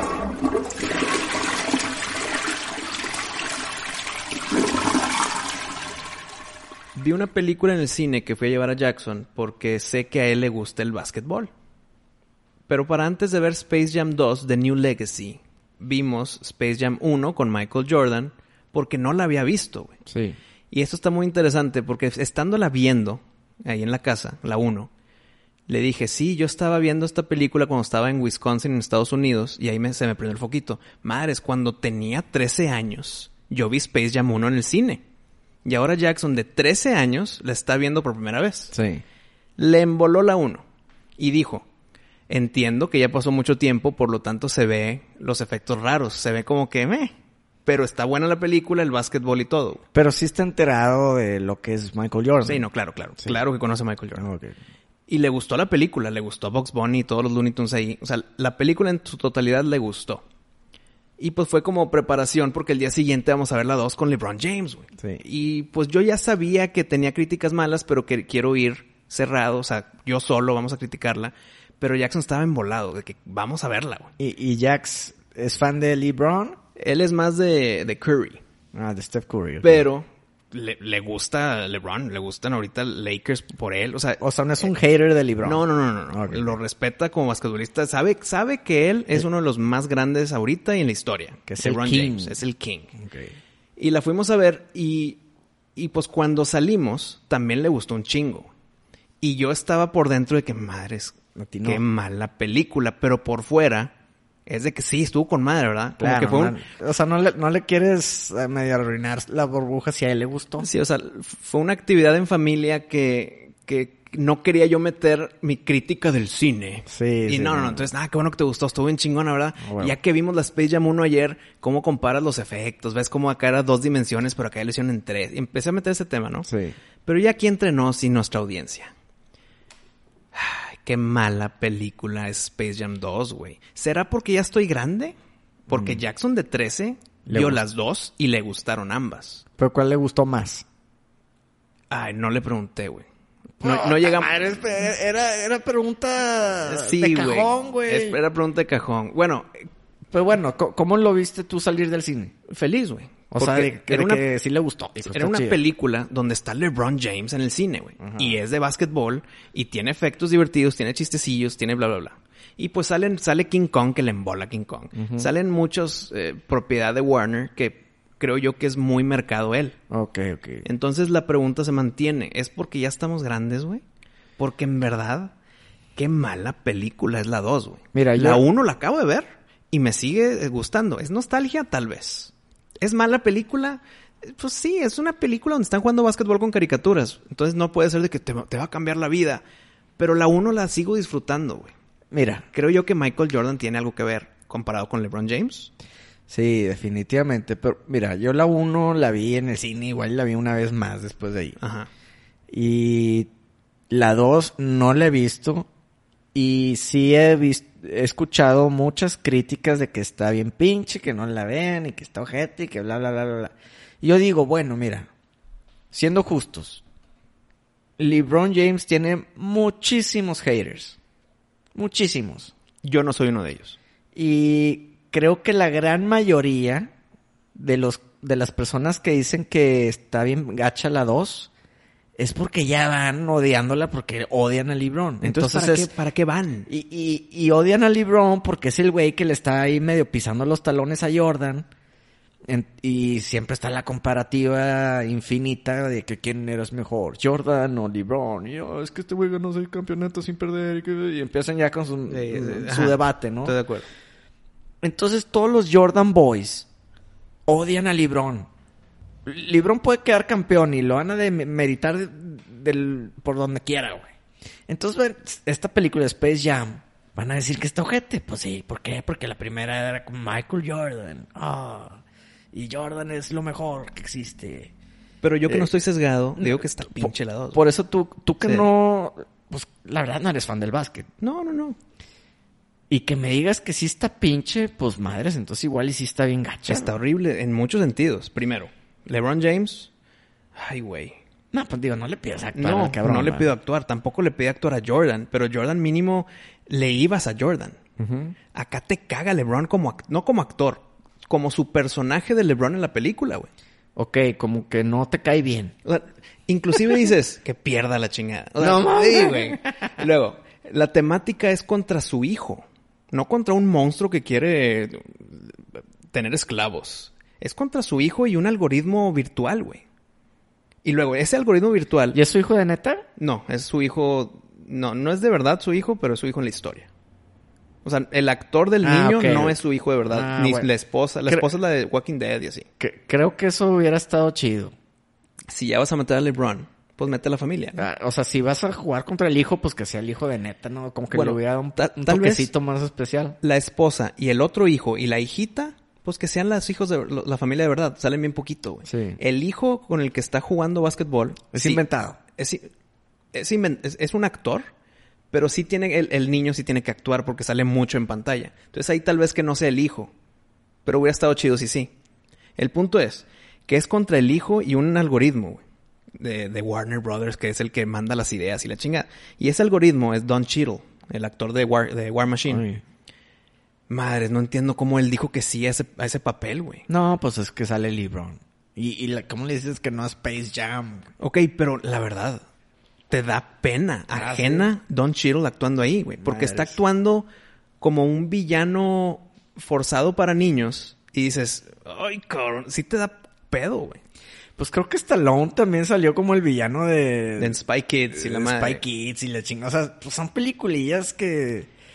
Speaker 2: Vi una película en el cine que fui a llevar a Jackson porque sé que a él le gusta el básquetbol. Pero para antes de ver Space Jam 2, The New Legacy, vimos Space Jam 1 con Michael Jordan porque no la había visto, güey.
Speaker 4: Sí.
Speaker 2: Y esto está muy interesante porque estándola viendo ahí en la casa, la 1, le dije, sí, yo estaba viendo esta película cuando estaba en Wisconsin, en Estados Unidos, y ahí se me prendió el foquito. Madres, cuando tenía 13 años, yo vi Space Jam 1 en el cine. Y ahora Jackson, de 13 años, la está viendo por primera vez.
Speaker 4: Sí.
Speaker 2: Le emboló la 1 y dijo, entiendo que ya pasó mucho tiempo, por lo tanto se ve los efectos raros. Se ve como que, pero está buena la película, el básquetbol y todo.
Speaker 4: Pero sí está enterado de lo que es Michael Jordan.
Speaker 2: Sí, no, claro.
Speaker 4: Sí.
Speaker 2: Claro que conoce a Michael Jordan.
Speaker 4: Okay.
Speaker 2: Y le gustó la película, le gustó Bugs Bunny y todos los Looney Tunes ahí. O sea, la película en su totalidad le gustó. Y pues fue como preparación porque el día siguiente vamos a ver la 2 con LeBron James, güey.
Speaker 4: Sí.
Speaker 2: Y pues yo ya sabía que tenía críticas malas, pero que quiero ir cerrado. O sea, yo solo vamos a criticarla. Pero Jackson estaba embolado de que vamos a verla, güey.
Speaker 4: ¿Y Jax es fan de LeBron?
Speaker 2: Él es más de Curry.
Speaker 4: Ah, de Steph Curry. Okay.
Speaker 2: Pero le gusta LeBron, le gustan ahorita Lakers por él. O sea,
Speaker 4: no es un hater de LeBron.
Speaker 2: No.
Speaker 4: Okay.
Speaker 2: Lo respeta como basquetbolista. Sabe que él es uno de los más grandes ahorita y en la historia.
Speaker 4: Que es
Speaker 2: LeBron
Speaker 4: el king.
Speaker 2: James, es el king.
Speaker 4: Okay.
Speaker 2: Y la fuimos a ver y pues cuando salimos también le gustó un chingo. Y yo estaba por dentro de que, madres,
Speaker 4: A ti no.
Speaker 2: qué mala película. Pero por fuera Es de que sí, estuvo con madre, ¿verdad? Como
Speaker 4: Claro,
Speaker 2: que fue
Speaker 4: o sea, no le quieres medio arruinar la burbuja si a él le gustó.
Speaker 2: Sí, o sea, fue una actividad en familia que no quería yo meter mi crítica del cine.
Speaker 4: Sí,
Speaker 2: y
Speaker 4: sí,
Speaker 2: no,
Speaker 4: sí.
Speaker 2: entonces, qué bueno que te gustó, estuvo bien chingona, ¿verdad?
Speaker 4: Bueno.
Speaker 2: Ya que vimos la Space Jam 1 ayer, cómo comparas los efectos, ves cómo acá era 2 dimensiones, pero acá ya lo hicieron en 3. Y empecé a meter ese tema, ¿no?
Speaker 4: Sí.
Speaker 2: Pero ya aquí entre nos y nuestra audiencia. Ay, qué mala película es Space Jam 2, güey. ¿Será porque ya estoy grande? Porque Jackson de 13 vio las dos y le gustaron ambas.
Speaker 4: ¿Pero cuál le gustó más?
Speaker 2: Ay, no le pregunté, güey. No llegamos.
Speaker 4: Era pregunta
Speaker 2: Sí,
Speaker 4: de cajón, güey.
Speaker 2: Era pregunta de cajón. Bueno,
Speaker 4: Pero bueno, ¿cómo lo viste tú salir del cine?
Speaker 2: feliz, güey.
Speaker 4: O sea, que sí le gustó.
Speaker 2: Era una película donde está LeBron James en el cine, güey. Y es de básquetbol y tiene efectos divertidos, tiene chistecillos, tiene bla, bla, bla. Y pues sale King Kong, que le embola King Kong. Salen muchos propiedad de Warner que creo yo que es muy mercado él.
Speaker 4: Ok.
Speaker 2: Entonces la pregunta se mantiene. ¿Es porque ya estamos grandes, güey? Porque en verdad, qué mala película es la 2, güey.
Speaker 4: Mira,
Speaker 2: la 1 la acabo de ver y me sigue gustando. ¿Es nostalgia? Tal vez. ¿Es mala película? Pues sí, es una película donde están jugando básquetbol con caricaturas. Entonces no puede ser de que te va a cambiar la vida. Pero la 1 la sigo disfrutando, güey.
Speaker 4: Mira.
Speaker 2: Creo yo que Michael Jordan tiene algo que ver comparado con LeBron James.
Speaker 4: Sí, definitivamente. Pero mira, yo la 1 la vi en el cine, igual la vi una vez más después de ahí.
Speaker 2: Ajá.
Speaker 4: Y la 2 no la he visto. Y sí he escuchado muchas críticas de que está bien pinche, que no la vean y que está ojete y que bla, bla, bla, bla, bla. Y yo digo, bueno, mira, siendo justos, LeBron James tiene muchísimos haters. Muchísimos.
Speaker 2: Yo no soy uno de ellos.
Speaker 4: Y creo que la gran mayoría de las personas que dicen que está bien gacha la 2 es porque ya van odiándola porque odian a LeBron.
Speaker 2: Entonces ¿para qué van?
Speaker 4: Y odian a LeBron porque es el güey que le está ahí medio pisando los talones a Jordan. Y siempre está la comparativa infinita de que quién eres mejor, Jordan o LeBron. Y es que este güey ganó 6 campeonatos sin perder. Y empiezan ya con su debate, ¿no?
Speaker 2: Estoy de acuerdo.
Speaker 4: Entonces todos los Jordan Boys odian a LeBron. LeBron puede quedar campeón y lo van a demeritar por donde quiera, güey. Entonces, esta película de Space Jam, van a decir que está ojete. Pues sí, ¿por qué? Porque la primera era con Michael Jordan. Y Jordan es lo mejor que existe.
Speaker 2: Pero yo que no estoy sesgado, digo que está pinche la 2.
Speaker 4: Por eso tú que
Speaker 2: Sí.
Speaker 4: no... Pues la verdad no eres fan del básquet.
Speaker 2: No.
Speaker 4: Y que me digas que sí está pinche, pues madres, entonces igual y sí está bien gacha.
Speaker 2: Está horrible en muchos sentidos. Primero, LeBron James. Ay, güey.
Speaker 4: No, pues digo, no le pidas actuar
Speaker 2: No,
Speaker 4: al cabrón.
Speaker 2: no le
Speaker 4: ¿verdad?
Speaker 2: pido actuar. Tampoco le pedí actuar a Jordan. Pero Jordan mínimo le ibas a Jordan. Acá te caga LeBron no como actor. Como su personaje de LeBron en la película, güey.
Speaker 4: Ok, como que no te cae bien.
Speaker 2: O sea, inclusive dices que pierda la chingada. O sea,
Speaker 4: No mames.
Speaker 2: sí, güey. Y luego, la temática es contra su hijo. No contra un monstruo que quiere tener esclavos. Es contra su hijo y un algoritmo virtual, güey. Y luego, ese algoritmo virtual...
Speaker 4: ¿Y es su hijo de neta?
Speaker 2: No, es su hijo... No es de verdad su hijo, pero es su hijo en la historia. O sea, el actor del niño
Speaker 4: ok.
Speaker 2: no es su hijo de verdad. Ni
Speaker 4: bueno.
Speaker 2: la esposa. La esposa es la de Walking Dead y así.
Speaker 4: Creo que eso hubiera estado chido.
Speaker 2: Si ya vas a meter a LeBron, pues mete a la familia, ¿no?
Speaker 4: O sea, si vas a jugar contra el hijo, pues que sea el hijo de neta, ¿no? Como que
Speaker 2: Bueno,
Speaker 4: le hubiera dado un
Speaker 2: tal
Speaker 4: toquecito más especial.
Speaker 2: La esposa y el otro hijo y la hijita, pues que sean los hijos de la familia de verdad. Salen bien poquito, güey.
Speaker 4: Sí.
Speaker 2: El hijo con el que está jugando básquetbol...
Speaker 4: Es
Speaker 2: sí,
Speaker 4: inventado.
Speaker 2: Es un actor, pero sí tiene... El niño sí tiene que actuar porque sale mucho en pantalla. Entonces ahí tal vez que no sea el hijo. Pero hubiera estado chido si sí. El punto es que es contra el hijo y un algoritmo, güey. De Warner Brothers, que es el que manda las ideas y la chingada. Y ese algoritmo es Don Cheadle, el actor de War Machine.
Speaker 4: Ay.
Speaker 2: Madres, no entiendo cómo él dijo que sí a ese papel, güey.
Speaker 4: No, pues es que sale LeBron. ¿Cómo le dices que no es Space Jam?
Speaker 2: Ok, pero la verdad, te da pena ajena Don Cheadle actuando ahí, güey. Porque está
Speaker 4: Madres.
Speaker 2: actuando como un villano forzado para niños. Y dices, ay, cabrón, sí te da pedo, güey.
Speaker 4: Pues creo que Stallone también salió como el villano
Speaker 2: En Spy Kids y la madre.
Speaker 4: Spy Kids y la chingada. O sea, pues son peliculillas que...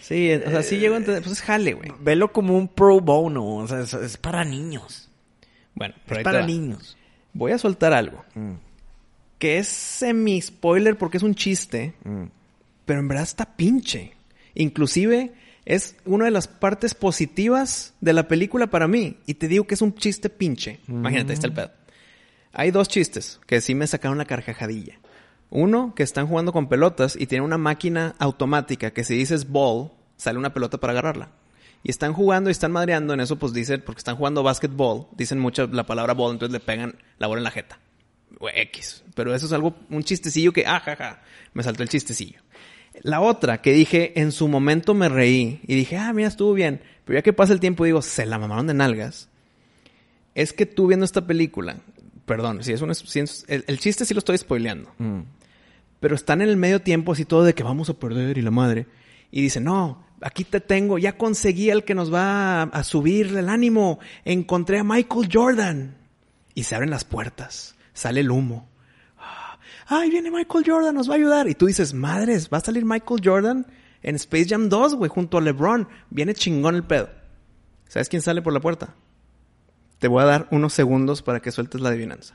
Speaker 2: Sí, o sea, sí llego a entender. Pues es jale, güey.
Speaker 4: Velo como un pro bono. O sea, es para niños.
Speaker 2: Bueno, pero
Speaker 4: Es
Speaker 2: ahí te
Speaker 4: para
Speaker 2: va.
Speaker 4: niños.
Speaker 2: Voy a soltar algo. Que es semi-spoiler porque es un chiste. Pero en verdad está pinche. Inclusive es una de las partes positivas de la película para mí. Y te digo que es un chiste pinche. Imagínate, ahí está el pedo. Hay 2 chistes que sí me sacaron la carcajadilla. Uno, que están jugando con pelotas y tiene una máquina automática que si dices ball, sale una pelota para agarrarla. Y están jugando y están madreando. En eso pues dicen, porque están jugando basketball, dicen mucho la palabra ball, entonces le pegan la bola en la jeta. O X. Pero eso es algo, un chistecillo que, jaja, me saltó el chistecillo. La otra que dije, en su momento me reí y dije, mira, estuvo bien. Pero ya que pasa el tiempo digo, se la mamaron de nalgas. Es que tú viendo esta película, perdón, si el chiste sí lo estoy spoileando. Pero están en el medio tiempo así todo de que vamos a perder y la madre. Y dice, no, aquí te tengo, ya conseguí al que nos va a subir el ánimo. Encontré a Michael Jordan. Y se abren las puertas, sale el humo. ¡Ay, viene Michael Jordan, nos va a ayudar! Y tú dices, madres, va a salir Michael Jordan en Space Jam 2, güey, junto a LeBron. Viene chingón el pedo. ¿Sabes quién sale por la puerta? Te voy a dar unos segundos para que sueltes la adivinanza.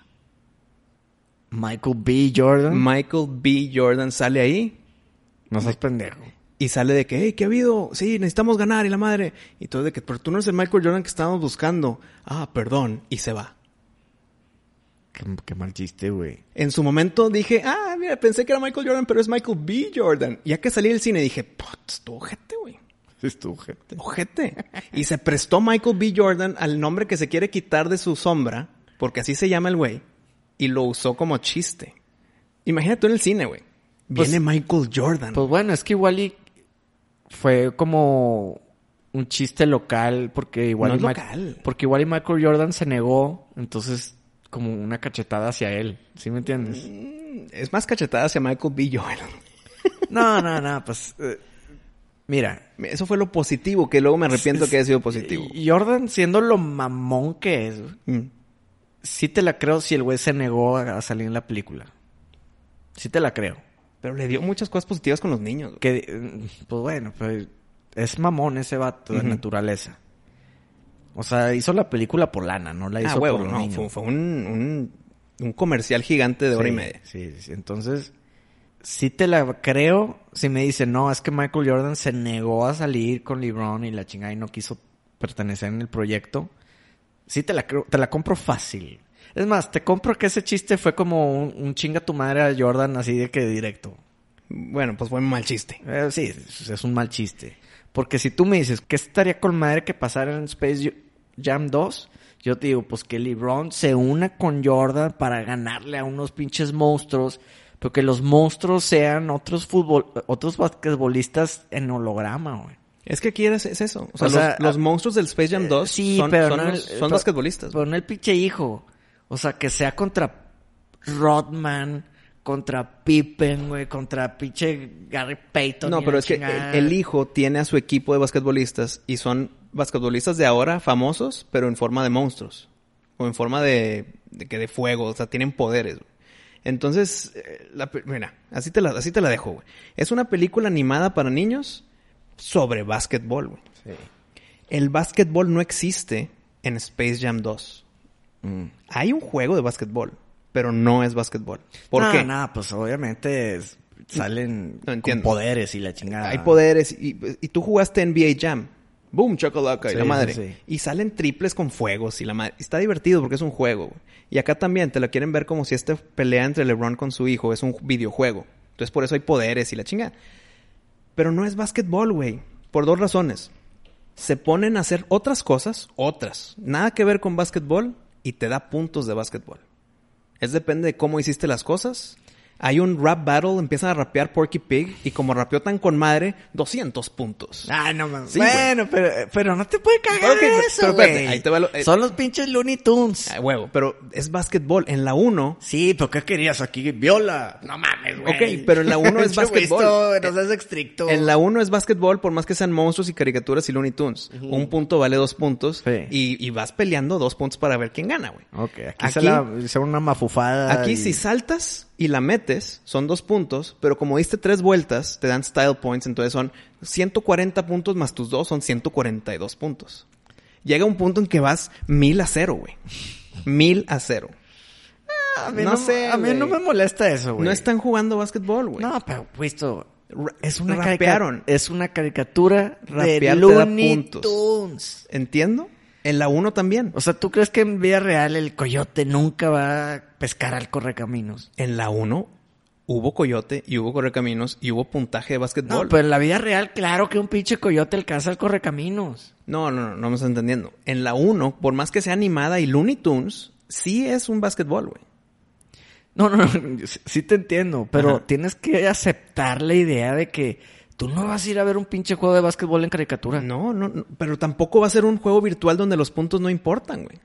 Speaker 4: Michael B. Jordan.
Speaker 2: Michael B. Jordan sale ahí.
Speaker 4: No seas pendejo.
Speaker 2: Y sale de que, hey, ¿qué ha habido? Sí, necesitamos ganar y la madre. Y todo de que, pero tú no eres el Michael Jordan que estábamos buscando. Perdón. Y se va.
Speaker 4: Qué mal chiste, güey.
Speaker 2: En su momento dije, mira, pensé que era Michael Jordan, pero es Michael B. Jordan. Y ya que salí del cine dije, estuvo ojete, güey.
Speaker 4: Estuvo ojete.
Speaker 2: Ojete. Y se prestó Michael B. Jordan al nombre que se quiere quitar de su sombra, porque así se llama el güey, y lo usó como chiste. Imagínate tú en el cine, güey. Viene Michael Jordan.
Speaker 4: Pues bueno, es que igual y fue como un chiste local, porque igual
Speaker 2: no es local.
Speaker 4: Porque igual y Michael Jordan se negó, entonces como una cachetada hacia él, ¿sí me entiendes?
Speaker 2: Es más cachetada hacia Michael B. Jordan.
Speaker 4: No, pues mira,
Speaker 2: eso fue lo positivo, que luego me arrepiento que haya sido positivo.
Speaker 4: Jordan siendo lo mamón que es, sí te la creo si el güey se negó a salir en la película. Sí te la creo.
Speaker 2: Pero le dio muchas cosas positivas con los niños.
Speaker 4: Que, pues bueno, pues es mamón ese vato de naturaleza. O sea, hizo la película por lana, no la hizo por los niños.
Speaker 2: Fue un comercial gigante de hora y media.
Speaker 4: Sí. Entonces, sí te la creo si me dicen, no, es que Michael Jordan se negó a salir con LeBron y la chingada y no quiso pertenecer en el proyecto. Sí te la creo, te la compro fácil. Es más, te compro que ese chiste fue como un chinga tu madre a Jordan así de que directo.
Speaker 2: Bueno, pues fue un mal chiste.
Speaker 4: Sí, es un mal chiste. Porque si tú me dices, ¿qué estaría con madre que pasara en Space Jam 2? Yo te digo, pues que LeBron se una con Jordan para ganarle a unos pinches monstruos. Pero que los monstruos sean otros basquetbolistas en holograma, güey.
Speaker 2: Es que aquí es eso. O sea, los monstruos del Space Jam 2 son basquetbolistas.
Speaker 4: Pero no el pinche hijo. O sea, que sea contra Rodman, contra Pippen, güey, contra pinche Gary Payton.
Speaker 2: No, pero es que el hijo tiene a su equipo de basquetbolistas y son basquetbolistas de ahora famosos, pero en forma de monstruos. O en forma de fuego. O sea, tienen poderes, güey. Entonces, mira, así te la dejo, güey. Es una película animada para niños sobre básquetbol, güey. Sí. El básquetbol no existe en Space Jam 2. Hay un juego de básquetbol, pero no es básquetbol. ¿Por qué?
Speaker 4: No, pues obviamente salen con poderes y la chingada.
Speaker 2: Hay poderes y tú jugaste NBA Jam. Boom, chocolaca y la madre.
Speaker 4: Sí.
Speaker 2: Y salen triples con fuegos y la madre. Está divertido porque es un juego, güey. Y acá también te la quieren ver como si esta pelea entre LeBron con su hijo es un videojuego. Entonces por eso hay poderes y la chingada. Pero no es básquetbol, güey. Por 2 razones. Se ponen a hacer otras cosas, nada que ver con básquetbol, y te da puntos de básquetbol. Depende de cómo hiciste las cosas. Hay un rap battle, empiezan a rapear Porky Pig, y como rapeó tan con madre, 200 puntos.
Speaker 4: Ah, no mames.
Speaker 2: Sí,
Speaker 4: bueno, pero no te puede cagar eso, güey.
Speaker 2: Ahí te va
Speaker 4: son los pinches Looney Tunes.
Speaker 2: Huevo, pero es básquetbol. En la 1...
Speaker 4: Sí, pero ¿qué querías aquí? Viola. No mames, güey.
Speaker 2: Ok, pero en la 1 es básquetbol.
Speaker 4: No seas estricto.
Speaker 2: En la 1 es básquetbol, por más que sean monstruos y caricaturas y Looney Tunes. Un punto vale 2 puntos.
Speaker 4: Sí.
Speaker 2: Y vas peleando 2 puntos para ver quién gana, güey.
Speaker 4: Ok, aquí se una mafufada.
Speaker 2: Aquí si saltas y la metes, son 2 puntos, pero como diste 3 vueltas, te dan style points, entonces son 140 puntos más tus 2 son 142 puntos. Llega un punto en que vas 1000-0, güey. 1000-0.
Speaker 4: A mí no me molesta eso, güey.
Speaker 2: No están jugando básquetbol, güey.
Speaker 4: No, pero, puesto, es una
Speaker 2: Rapearon.
Speaker 4: Es una caricatura de
Speaker 2: Rapear te da
Speaker 4: Looney
Speaker 2: puntos.
Speaker 4: Tunes.
Speaker 2: ¿Entiendo? En la 1 también.
Speaker 4: O sea, ¿tú crees que en vida real el coyote nunca va a pescar al correcaminos?
Speaker 2: En la 1 hubo coyote y hubo correcaminos y hubo puntaje de básquetbol.
Speaker 4: No, pero en la vida real, claro que un pinche coyote alcanza al correcaminos.
Speaker 2: No me estás entendiendo. En la 1, por más que sea animada y Looney Tunes, sí es un básquetbol, güey.
Speaker 4: No, sí te entiendo, pero
Speaker 2: Ajá.
Speaker 4: tienes que aceptar la idea de que tú no vas a ir a ver un pinche juego de básquetbol en caricatura.
Speaker 2: No, pero tampoco va a ser un juego virtual donde los puntos no importan, güey.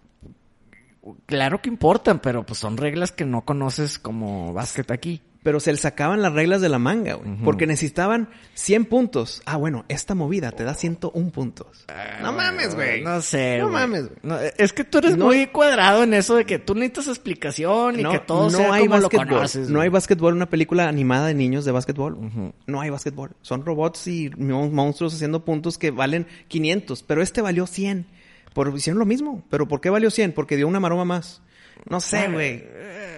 Speaker 4: Claro que importan, pero pues son reglas que no conoces como básquet aquí.
Speaker 2: Pero se les sacaban las reglas de la manga, güey.
Speaker 4: Ujú.
Speaker 2: Porque necesitaban 100 puntos. Ah, bueno, esta movida te da 101 puntos. No mames, güey.
Speaker 4: No sé,
Speaker 2: No
Speaker 4: güey.
Speaker 2: mames, güey.
Speaker 4: No, es que tú eres
Speaker 2: No.
Speaker 4: muy cuadrado en eso de que tú necesitas explicación y que todo sea
Speaker 2: hay
Speaker 4: como lo
Speaker 2: básquetbol.
Speaker 4: conoces.
Speaker 2: No hay
Speaker 4: güey.
Speaker 2: básquetbol, una película animada de niños de básquetbol.
Speaker 4: Ujú.
Speaker 2: No hay básquetbol. Son robots y monstruos haciendo puntos que valen 500. Pero este valió 100. Hicieron lo mismo. ¿Pero por qué valió 100? Porque dio una maroma más. No sé, güey.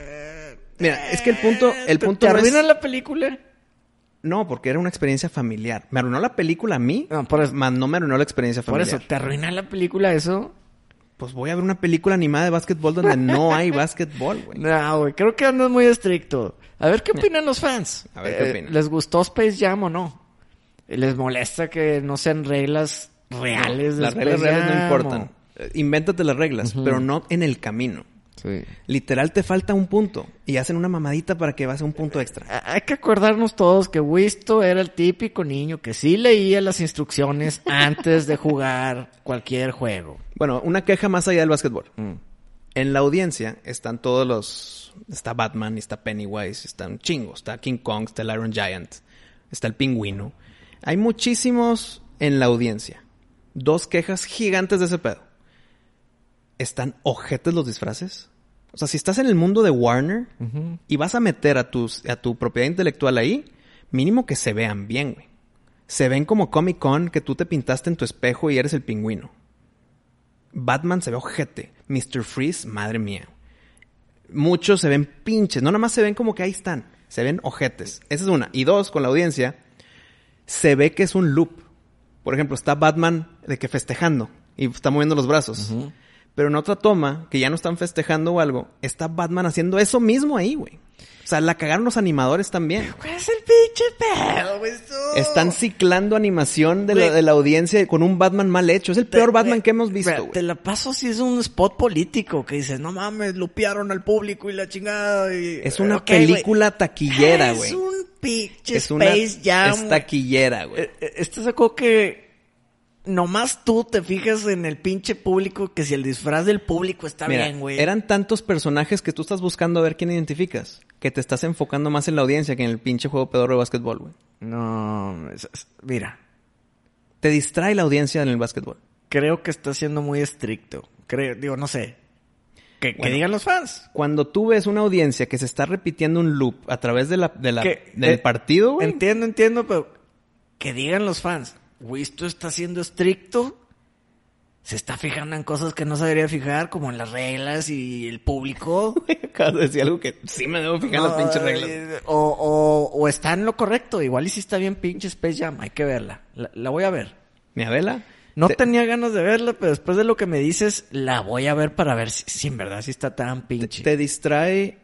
Speaker 2: Mira, es que el punto
Speaker 4: ¿Te
Speaker 2: no
Speaker 4: arruina
Speaker 2: es...
Speaker 4: la película?
Speaker 2: No, porque era una experiencia familiar. Me arruinó la película a mí,
Speaker 4: No, por eso-
Speaker 2: más no me arruinó la experiencia
Speaker 4: Por
Speaker 2: familiar.
Speaker 4: eso, ¿te arruina la película eso?
Speaker 2: Pues voy a ver una película animada de básquetbol donde no hay básquetbol, güey.
Speaker 4: No, güey, creo que andas muy estricto. A ver qué opinan los fans.
Speaker 2: A ver qué opinan.
Speaker 4: ¿Les gustó Space Jam o no? ¿Les molesta que no sean reglas reales de
Speaker 2: Las
Speaker 4: Space
Speaker 2: reglas reales no
Speaker 4: Jam
Speaker 2: importan. Invéntate las reglas,
Speaker 4: Ujú.
Speaker 2: pero no en el camino.
Speaker 4: Sí.
Speaker 2: Literal te falta un punto y hacen una mamadita para que vas a un punto extra.
Speaker 4: Hay que acordarnos todos que Wisto era el típico niño que sí leía las instrucciones antes de jugar cualquier juego.
Speaker 2: Bueno, una queja más allá del básquetbol.
Speaker 4: Mm.
Speaker 2: En la audiencia están todos los... Está Batman, está Pennywise, está un chingo. Está King Kong, está el Iron Giant, está el Pingüino. Hay muchísimos en la audiencia. 2 quejas gigantes de ese pedo. ¿Están ojetes los disfraces? O sea, si estás en el mundo de Warner y vas a meter a tu propiedad intelectual ahí, mínimo que se vean bien, güey. Se ven como Comic Con, que tú te pintaste en tu espejo y eres el pingüino. Batman se ve ojete. Mr. Freeze, madre mía. Muchos se ven pinches. No nada más se ven como que ahí están. Se ven ojetes. Esa es una. Y 2, con la audiencia, se ve que es un loop. Por ejemplo, está Batman de que festejando y está moviendo los brazos.
Speaker 4: Ujú.
Speaker 2: Pero en otra toma, que ya no están festejando o algo, está Batman haciendo eso mismo ahí, güey. O sea, la cagaron los animadores también.
Speaker 4: ¿Cuál es el pinche pedo, Wisto?
Speaker 2: Están ciclando animación de
Speaker 4: Güey.
Speaker 2: la audiencia con un Batman mal hecho. Es el peor Batman que hemos visto,
Speaker 4: Te
Speaker 2: güey.
Speaker 4: la paso si es un spot político que dices, no mames, lupearon al público y la chingada. Y...
Speaker 2: Es una
Speaker 4: Ok,
Speaker 2: película taquillera, güey.
Speaker 4: Es un pinche
Speaker 2: Es una...
Speaker 4: Space Jam.
Speaker 2: Es taquillera, güey.
Speaker 4: Este sacó que nomás tú te fijas en el pinche público, que si el disfraz del público está
Speaker 2: Mira,
Speaker 4: bien, güey.
Speaker 2: eran tantos personajes que tú estás buscando a ver quién identificas, que te estás enfocando más en la audiencia que en el pinche juego pedorro de básquetbol, güey.
Speaker 4: No, mira,
Speaker 2: Te distrae la audiencia en el básquetbol.
Speaker 4: creo que está siendo muy estricto. Digo, no sé. Que
Speaker 2: Bueno.
Speaker 4: digan los fans.
Speaker 2: Cuando tú ves una audiencia que se está repitiendo un loop a través del
Speaker 4: Que-
Speaker 2: partido, güey.
Speaker 4: Entiendo, pero que digan los fans. Wisto está siendo estricto. Se está fijando en cosas que no se debería fijar, como en las reglas y el público.
Speaker 2: Acabas de decir algo que sí me debo fijar en las pinches reglas.
Speaker 4: O está en lo correcto. Igual y si está bien pinche Space Jam. Hay que verla. La voy a ver.
Speaker 2: Mi Abela.
Speaker 4: No tenía ganas de verla, pero después de lo que me dices, la voy a ver para ver si en verdad sí está tan pinche.
Speaker 2: Te distrae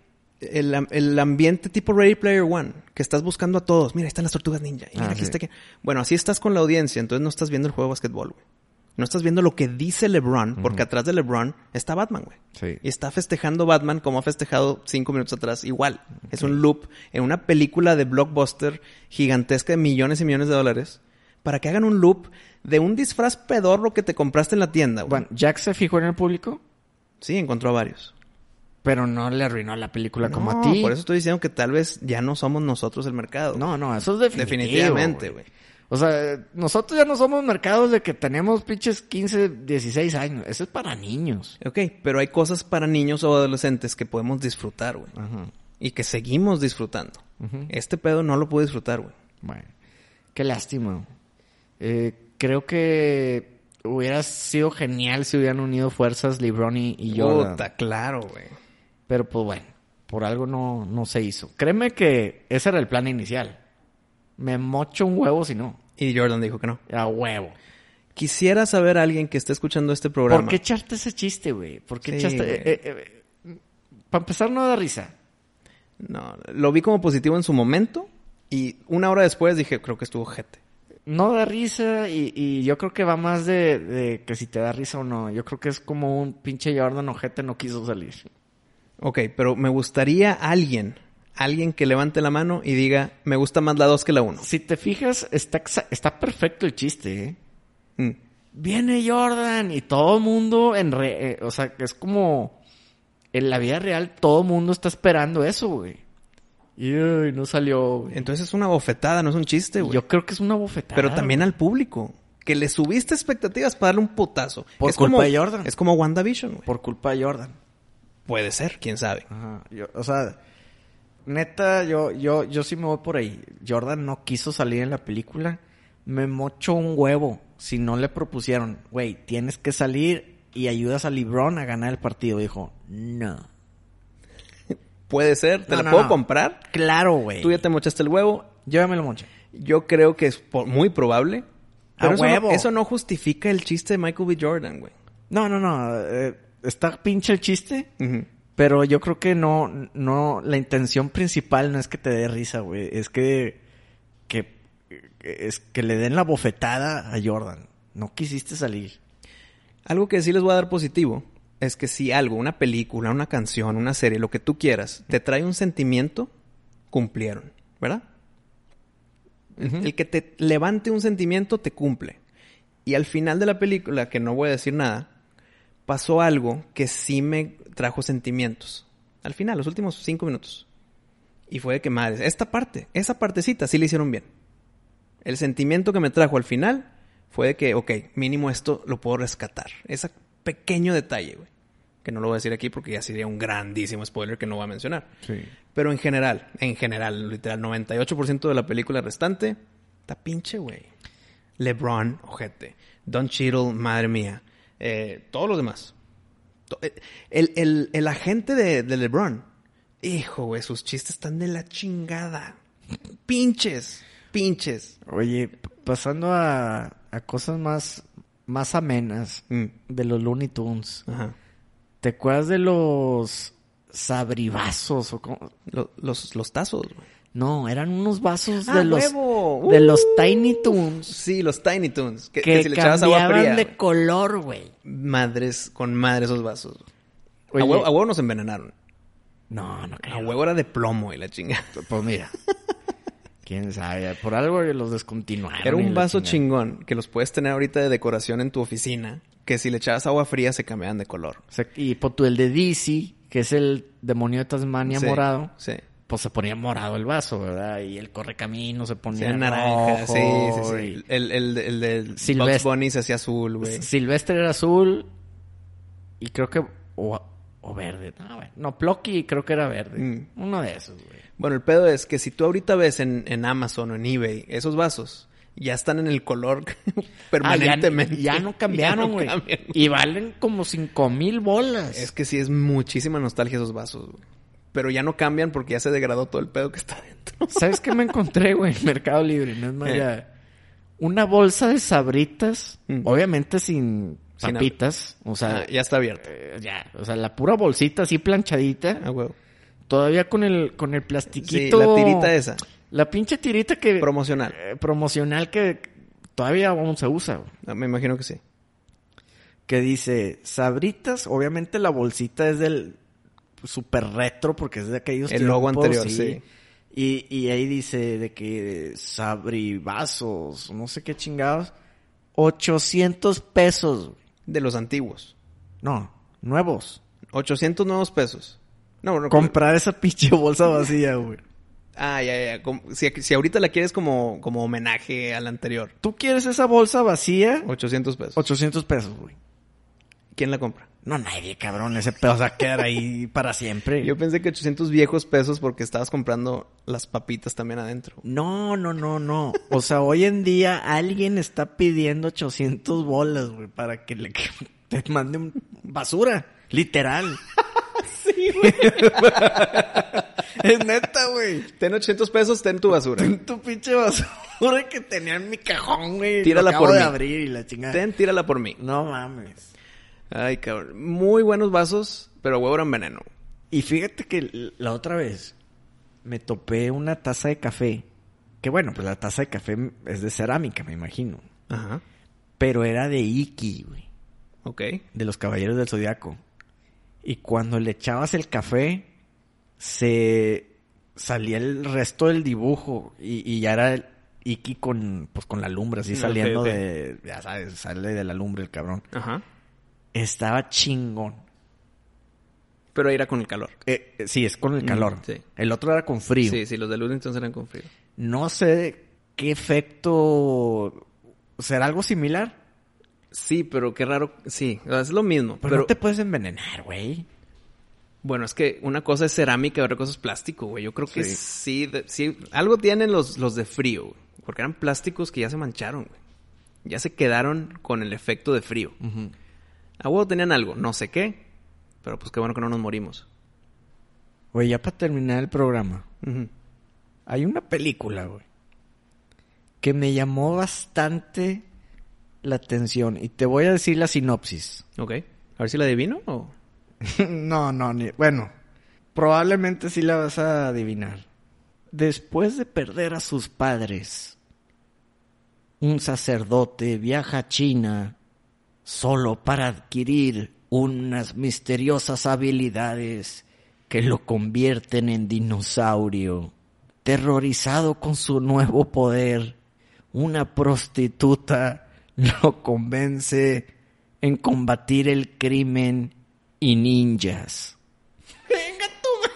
Speaker 2: el ambiente tipo Ready Player One, que estás buscando a todos. Mira, ahí están las tortugas ninja. Y mira, aquí
Speaker 4: sí.
Speaker 2: está que... Bueno, así estás con la audiencia, entonces no estás viendo el juego de básquetbol, güey. No estás viendo lo que dice LeBron, porque atrás de LeBron está Batman, güey.
Speaker 4: Sí.
Speaker 2: Y está festejando Batman como ha festejado 5 minutos atrás, igual. Es un loop en una película de blockbuster gigantesca de millones y millones de dólares, para que hagan un loop de un disfraz pedorro que te compraste en la tienda, güey.
Speaker 4: Bueno, Jack se fijó en el público,
Speaker 2: Sí, encontró a varios.
Speaker 4: pero no le arruinó la película como a
Speaker 2: No,
Speaker 4: ti.
Speaker 2: por eso estoy diciendo que tal vez ya no somos nosotros el mercado.
Speaker 4: No, eso es definitivo.
Speaker 2: Definitivamente, güey.
Speaker 4: O sea, nosotros ya no somos mercados de que tenemos pinches 15, 16 años. Eso es para niños.
Speaker 2: Ok, pero hay cosas para niños o adolescentes que podemos disfrutar, güey. y que seguimos disfrutando. Este pedo no lo pude disfrutar, güey.
Speaker 4: Bueno, qué lástima. Creo que hubiera sido genial si hubieran unido fuerzas LeBron y Jordan.
Speaker 2: Puta, claro, güey.
Speaker 4: Pero pues bueno, por algo no se hizo. Créeme que ese era el plan inicial. Me mocho un huevo si no.
Speaker 2: Y Jordan dijo que no.
Speaker 4: A huevo.
Speaker 2: Quisiera saber a alguien que esté escuchando este programa.
Speaker 4: ¿Por qué echaste ese chiste, güey? ¿Por qué
Speaker 2: Sí,
Speaker 4: echaste...? Para empezar, no da risa.
Speaker 2: No, lo vi como positivo en su momento y una hora después dije, creo que estuvo jete.
Speaker 4: No da risa y yo creo que va más de que si te da risa o no. Yo creo que es como un pinche Jordan ojete no quiso salir.
Speaker 2: Ok, pero me gustaría alguien que levante la mano y diga, me gusta más la 2 que la 1.
Speaker 4: Si te fijas, está perfecto el chiste, ¿eh? Viene Jordan y todo el mundo o sea, que es como... En la vida real todo el mundo está esperando eso, güey. Y no salió, güey.
Speaker 2: Entonces es una bofetada, no es un chiste, güey.
Speaker 4: Yo creo que es una bofetada.
Speaker 2: Pero también al público. Que le subiste expectativas para darle un putazo.
Speaker 4: Por
Speaker 2: es
Speaker 4: culpa
Speaker 2: como,
Speaker 4: de Jordan.
Speaker 2: Es como WandaVision, güey.
Speaker 4: Por culpa de Jordan.
Speaker 2: Puede ser, quién sabe.
Speaker 4: Ajá. O sea, neta, yo sí me voy por ahí. Jordan no quiso salir en la película. Me mocho un huevo si no le propusieron, güey, tienes que salir y ayudas a LeBron a ganar el partido. Dijo, no.
Speaker 2: Puede ser, ¿te la puedo comprar?
Speaker 4: Claro, güey.
Speaker 2: Tú ya te mochaste el huevo.
Speaker 4: Yo ya me lo moché.
Speaker 2: Yo creo que es muy probable. Pero
Speaker 4: huevo.
Speaker 2: Eso no justifica el chiste de Michael B. Jordan, güey.
Speaker 4: No. Está pinche el chiste.
Speaker 2: Uh-huh.
Speaker 4: Pero yo creo que no, la intención principal no es que te dé risa, güey. Es que le den la bofetada a Jordan. No quisiste salir.
Speaker 2: Algo que sí les voy a dar positivo es que si algo, una película, una canción, una serie, lo que tú quieras, te trae un sentimiento, cumplieron, ¿verdad? Uh-huh. El que te levante un sentimiento te cumple. Y al final de la película, que no voy a decir nada, pasó algo que sí me trajo sentimientos. Al final, los últimos 5 minutos. Y fue de que, madre, esa partecita sí le hicieron bien. El sentimiento que me trajo al final fue de que, ok, mínimo esto lo puedo rescatar. Ese pequeño detalle, güey. Que no lo voy a decir aquí porque ya sería un grandísimo spoiler que no voy a mencionar. Sí. Pero en general, literal, 98% de la película restante está pinche, güey. LeBron, ojete. Don Cheadle, madre mía. Todos los demás. El agente de LeBron. Hijo, güey, sus chistes están de la chingada. Pinches.
Speaker 4: Oye, pasando a cosas más amenas de los Looney Tunes. Ajá. ¿Te acuerdas de los sabrivazos o cómo?
Speaker 2: Los tazos, güey.
Speaker 4: No, eran unos vasos
Speaker 2: de
Speaker 4: los Tiny Toons.
Speaker 2: Sí, los Tiny Toons.
Speaker 4: Que
Speaker 2: si le echabas agua fría,
Speaker 4: de color, güey.
Speaker 2: Con madre esos vasos. Oye, a huevo nos envenenaron.
Speaker 4: No creo.
Speaker 2: A huevo era de plomo y la chingada.
Speaker 4: Pues mira. Quién sabe, por algo los descontinuaron.
Speaker 2: Era un vaso chingón que los puedes tener ahorita de decoración en tu oficina, que si le echabas agua fría se cambiaban de color.
Speaker 4: O sea, y por tu el de DC, que es el demonio de Tasmania morado, pues se ponía morado el vaso, ¿verdad? Y el correcamino se ponía
Speaker 2: naranja,
Speaker 4: rojo,
Speaker 2: sí. El de Bugs Bunny se hacía azul, güey.
Speaker 4: Silvestre era azul y creo que o verde. No, Plucky creo que era verde. Uno de esos, güey.
Speaker 2: Bueno, el pedo es que si tú ahorita ves en Amazon o en eBay esos vasos, ya están en el color permanentemente.
Speaker 4: Ya no cambiaron, güey. Y valen como 5,000 bolas.
Speaker 2: Es que sí es muchísima nostalgia esos vasos, güey. Pero ya no cambian porque ya se degradó todo el pedo que está dentro.
Speaker 4: ¿Sabes qué me encontré, güey? En Mercado Libre. No es más ya. Una bolsa de Sabritas. Obviamente sin papitas. O sea...
Speaker 2: ya está abierto.
Speaker 4: O sea, la pura bolsita así planchadita.
Speaker 2: Ah, güey.
Speaker 4: Todavía con el plastiquito.
Speaker 2: Sí, la tirita esa.
Speaker 4: La pinche tirita que...
Speaker 2: Promocional.
Speaker 4: Promocional que todavía aún se usa, güey.
Speaker 2: Me imagino que sí.
Speaker 4: Que dice Sabritas. Obviamente la bolsita es del... super retro porque es de aquellos
Speaker 2: el logo anterior, sí.
Speaker 4: Y ahí dice de que sabrivazos, no sé qué chingados. 800 pesos.
Speaker 2: De los antiguos.
Speaker 4: No, nuevos.
Speaker 2: 800 nuevos pesos. No,
Speaker 4: comprar esa pinche bolsa vacía, güey.
Speaker 2: Ah, ya. Si ahorita la quieres como homenaje a la anterior.
Speaker 4: ¿Tú quieres esa bolsa vacía?
Speaker 2: 800 pesos.
Speaker 4: 800 pesos, güey.
Speaker 2: ¿Quién la compra?
Speaker 4: No, nadie, cabrón. Ese pedo se va a quedar ahí para siempre.
Speaker 2: Yo pensé que 800 viejos pesos porque estabas comprando las papitas también adentro.
Speaker 4: No. O sea, hoy en día alguien está pidiendo 800 bolas, güey, para que te manden basura. Literal.
Speaker 2: Sí, güey.
Speaker 4: Es neta, güey.
Speaker 2: Ten 800 pesos, ten tu basura.
Speaker 4: Ten tu pinche basura que tenía en mi cajón, güey.
Speaker 2: Tírala
Speaker 4: Lo acabo
Speaker 2: por
Speaker 4: de
Speaker 2: mí.
Speaker 4: abrir y la chingada.
Speaker 2: Tírala por mí.
Speaker 4: No mames.
Speaker 2: Ay, cabrón. Muy buenos vasos, pero huevo eran veneno.
Speaker 4: Y fíjate que la otra vez me topé una taza de café. Que bueno, pues la taza de café es de cerámica, me imagino.
Speaker 2: Ajá.
Speaker 4: Pero era de Iki, güey.
Speaker 2: Ok.
Speaker 4: De los Caballeros del Zodiaco. Y cuando le echabas el café, se salía el resto del dibujo. Y ya era el Iki con la lumbre, así saliendo
Speaker 2: ok.
Speaker 4: de... Ya sabes, sale de la lumbre el cabrón.
Speaker 2: Ajá.
Speaker 4: Estaba chingón.
Speaker 2: Pero era con el calor.
Speaker 4: Sí, es con el calor.
Speaker 2: Sí.
Speaker 4: El otro era con frío.
Speaker 2: Sí, los de Looney Tunes eran con frío.
Speaker 4: No sé qué efecto... ¿Será algo similar?
Speaker 2: Sí, pero qué raro. Sí, es lo mismo.
Speaker 4: Pero no te puedes envenenar, güey.
Speaker 2: Bueno, es que una cosa es cerámica y otra cosa es plástico, güey. Yo creo que sí, algo tienen los de frío, güey. Porque eran plásticos que ya se mancharon, güey. Ya se quedaron con el efecto de frío.
Speaker 4: Uh-huh.
Speaker 2: A huevo tenían algo, no sé qué. Pero pues qué bueno que no nos morimos.
Speaker 4: Güey, ya para terminar el programa.
Speaker 2: Uh-huh.
Speaker 4: Hay una película, güey, que me llamó bastante la atención. Y te voy a decir la sinopsis.
Speaker 2: Ok. A ver si la adivino o...
Speaker 4: No, bueno, probablemente sí la vas a adivinar. Después de perder a sus padres, un sacerdote viaja a China solo para adquirir unas misteriosas habilidades que lo convierten en dinosaurio. Terrorizado con su nuevo poder, una prostituta lo convence en combatir el crimen y ninjas. ¡Venga tú!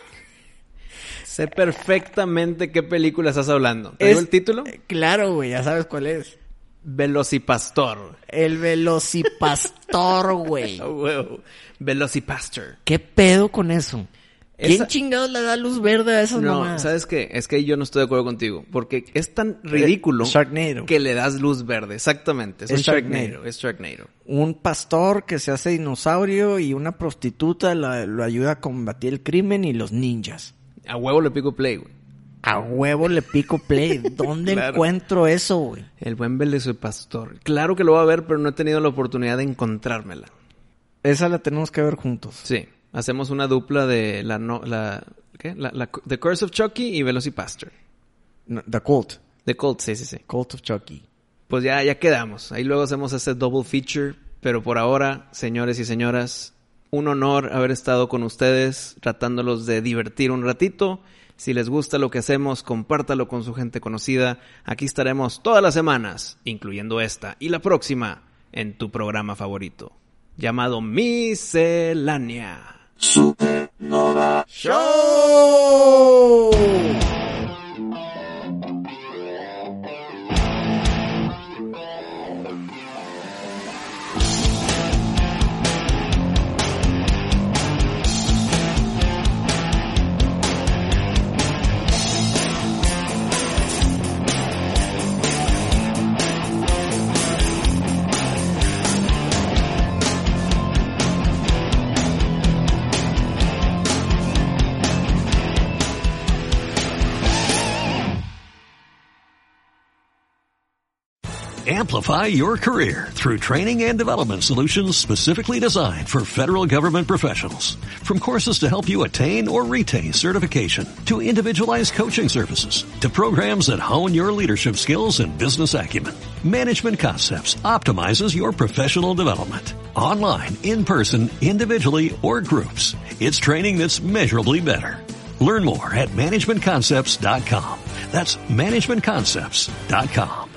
Speaker 2: Sé perfectamente qué película estás hablando. ¿Te digo el título?
Speaker 4: Claro, güey, ya sabes cuál es.
Speaker 2: Velocipastor.
Speaker 4: El Velocipastor, güey.
Speaker 2: Oh, huevo. Velocipastor.
Speaker 4: ¿Qué pedo con eso? ¿Quién
Speaker 2: Esa...
Speaker 4: chingados le da luz verde a esas
Speaker 2: No,
Speaker 4: mamadas?
Speaker 2: ¿sabes qué? Es que yo no estoy de acuerdo contigo. Porque es tan ridículo
Speaker 4: Sharknado.
Speaker 2: que le das luz verde. Exactamente. Es un Sharknado. Es Sharknado.
Speaker 4: Un pastor que se hace dinosaurio y una prostituta lo ayuda a combatir el crimen y los ninjas.
Speaker 2: A huevo le pico play, güey.
Speaker 4: A huevo le pico play. ¿Dónde
Speaker 2: Claro.
Speaker 4: encuentro eso, güey?
Speaker 2: El buen Velocipastor. Claro que lo voy a ver, pero no he tenido la oportunidad de encontrármela.
Speaker 4: Esa la tenemos que ver juntos.
Speaker 2: Sí. Hacemos una dupla de ¿qué? The Curse of Chucky y Velocipastor.
Speaker 4: No, The Cult.
Speaker 2: The Cult, sí.
Speaker 4: Cult of Chucky.
Speaker 2: Pues ya quedamos. Ahí luego hacemos ese double feature. Pero por ahora, señores y señoras, un honor haber estado con ustedes, tratándolos de divertir un ratito. Si les gusta lo que hacemos, compártalo con su gente conocida. Aquí estaremos todas las semanas, incluyendo esta y la próxima, en tu programa favorito, llamado Miscelánea.
Speaker 5: Supernova
Speaker 4: ¡Show!
Speaker 1: Amplify your career through training and development solutions specifically designed for federal government professionals. From courses to help you attain or retain certification, to individualized coaching services, to programs that hone your leadership skills and business acumen, Management Concepts optimizes your professional development. Online, in person, individually, or groups, it's training that's measurably better. Learn more at managementconcepts.com. That's managementconcepts.com.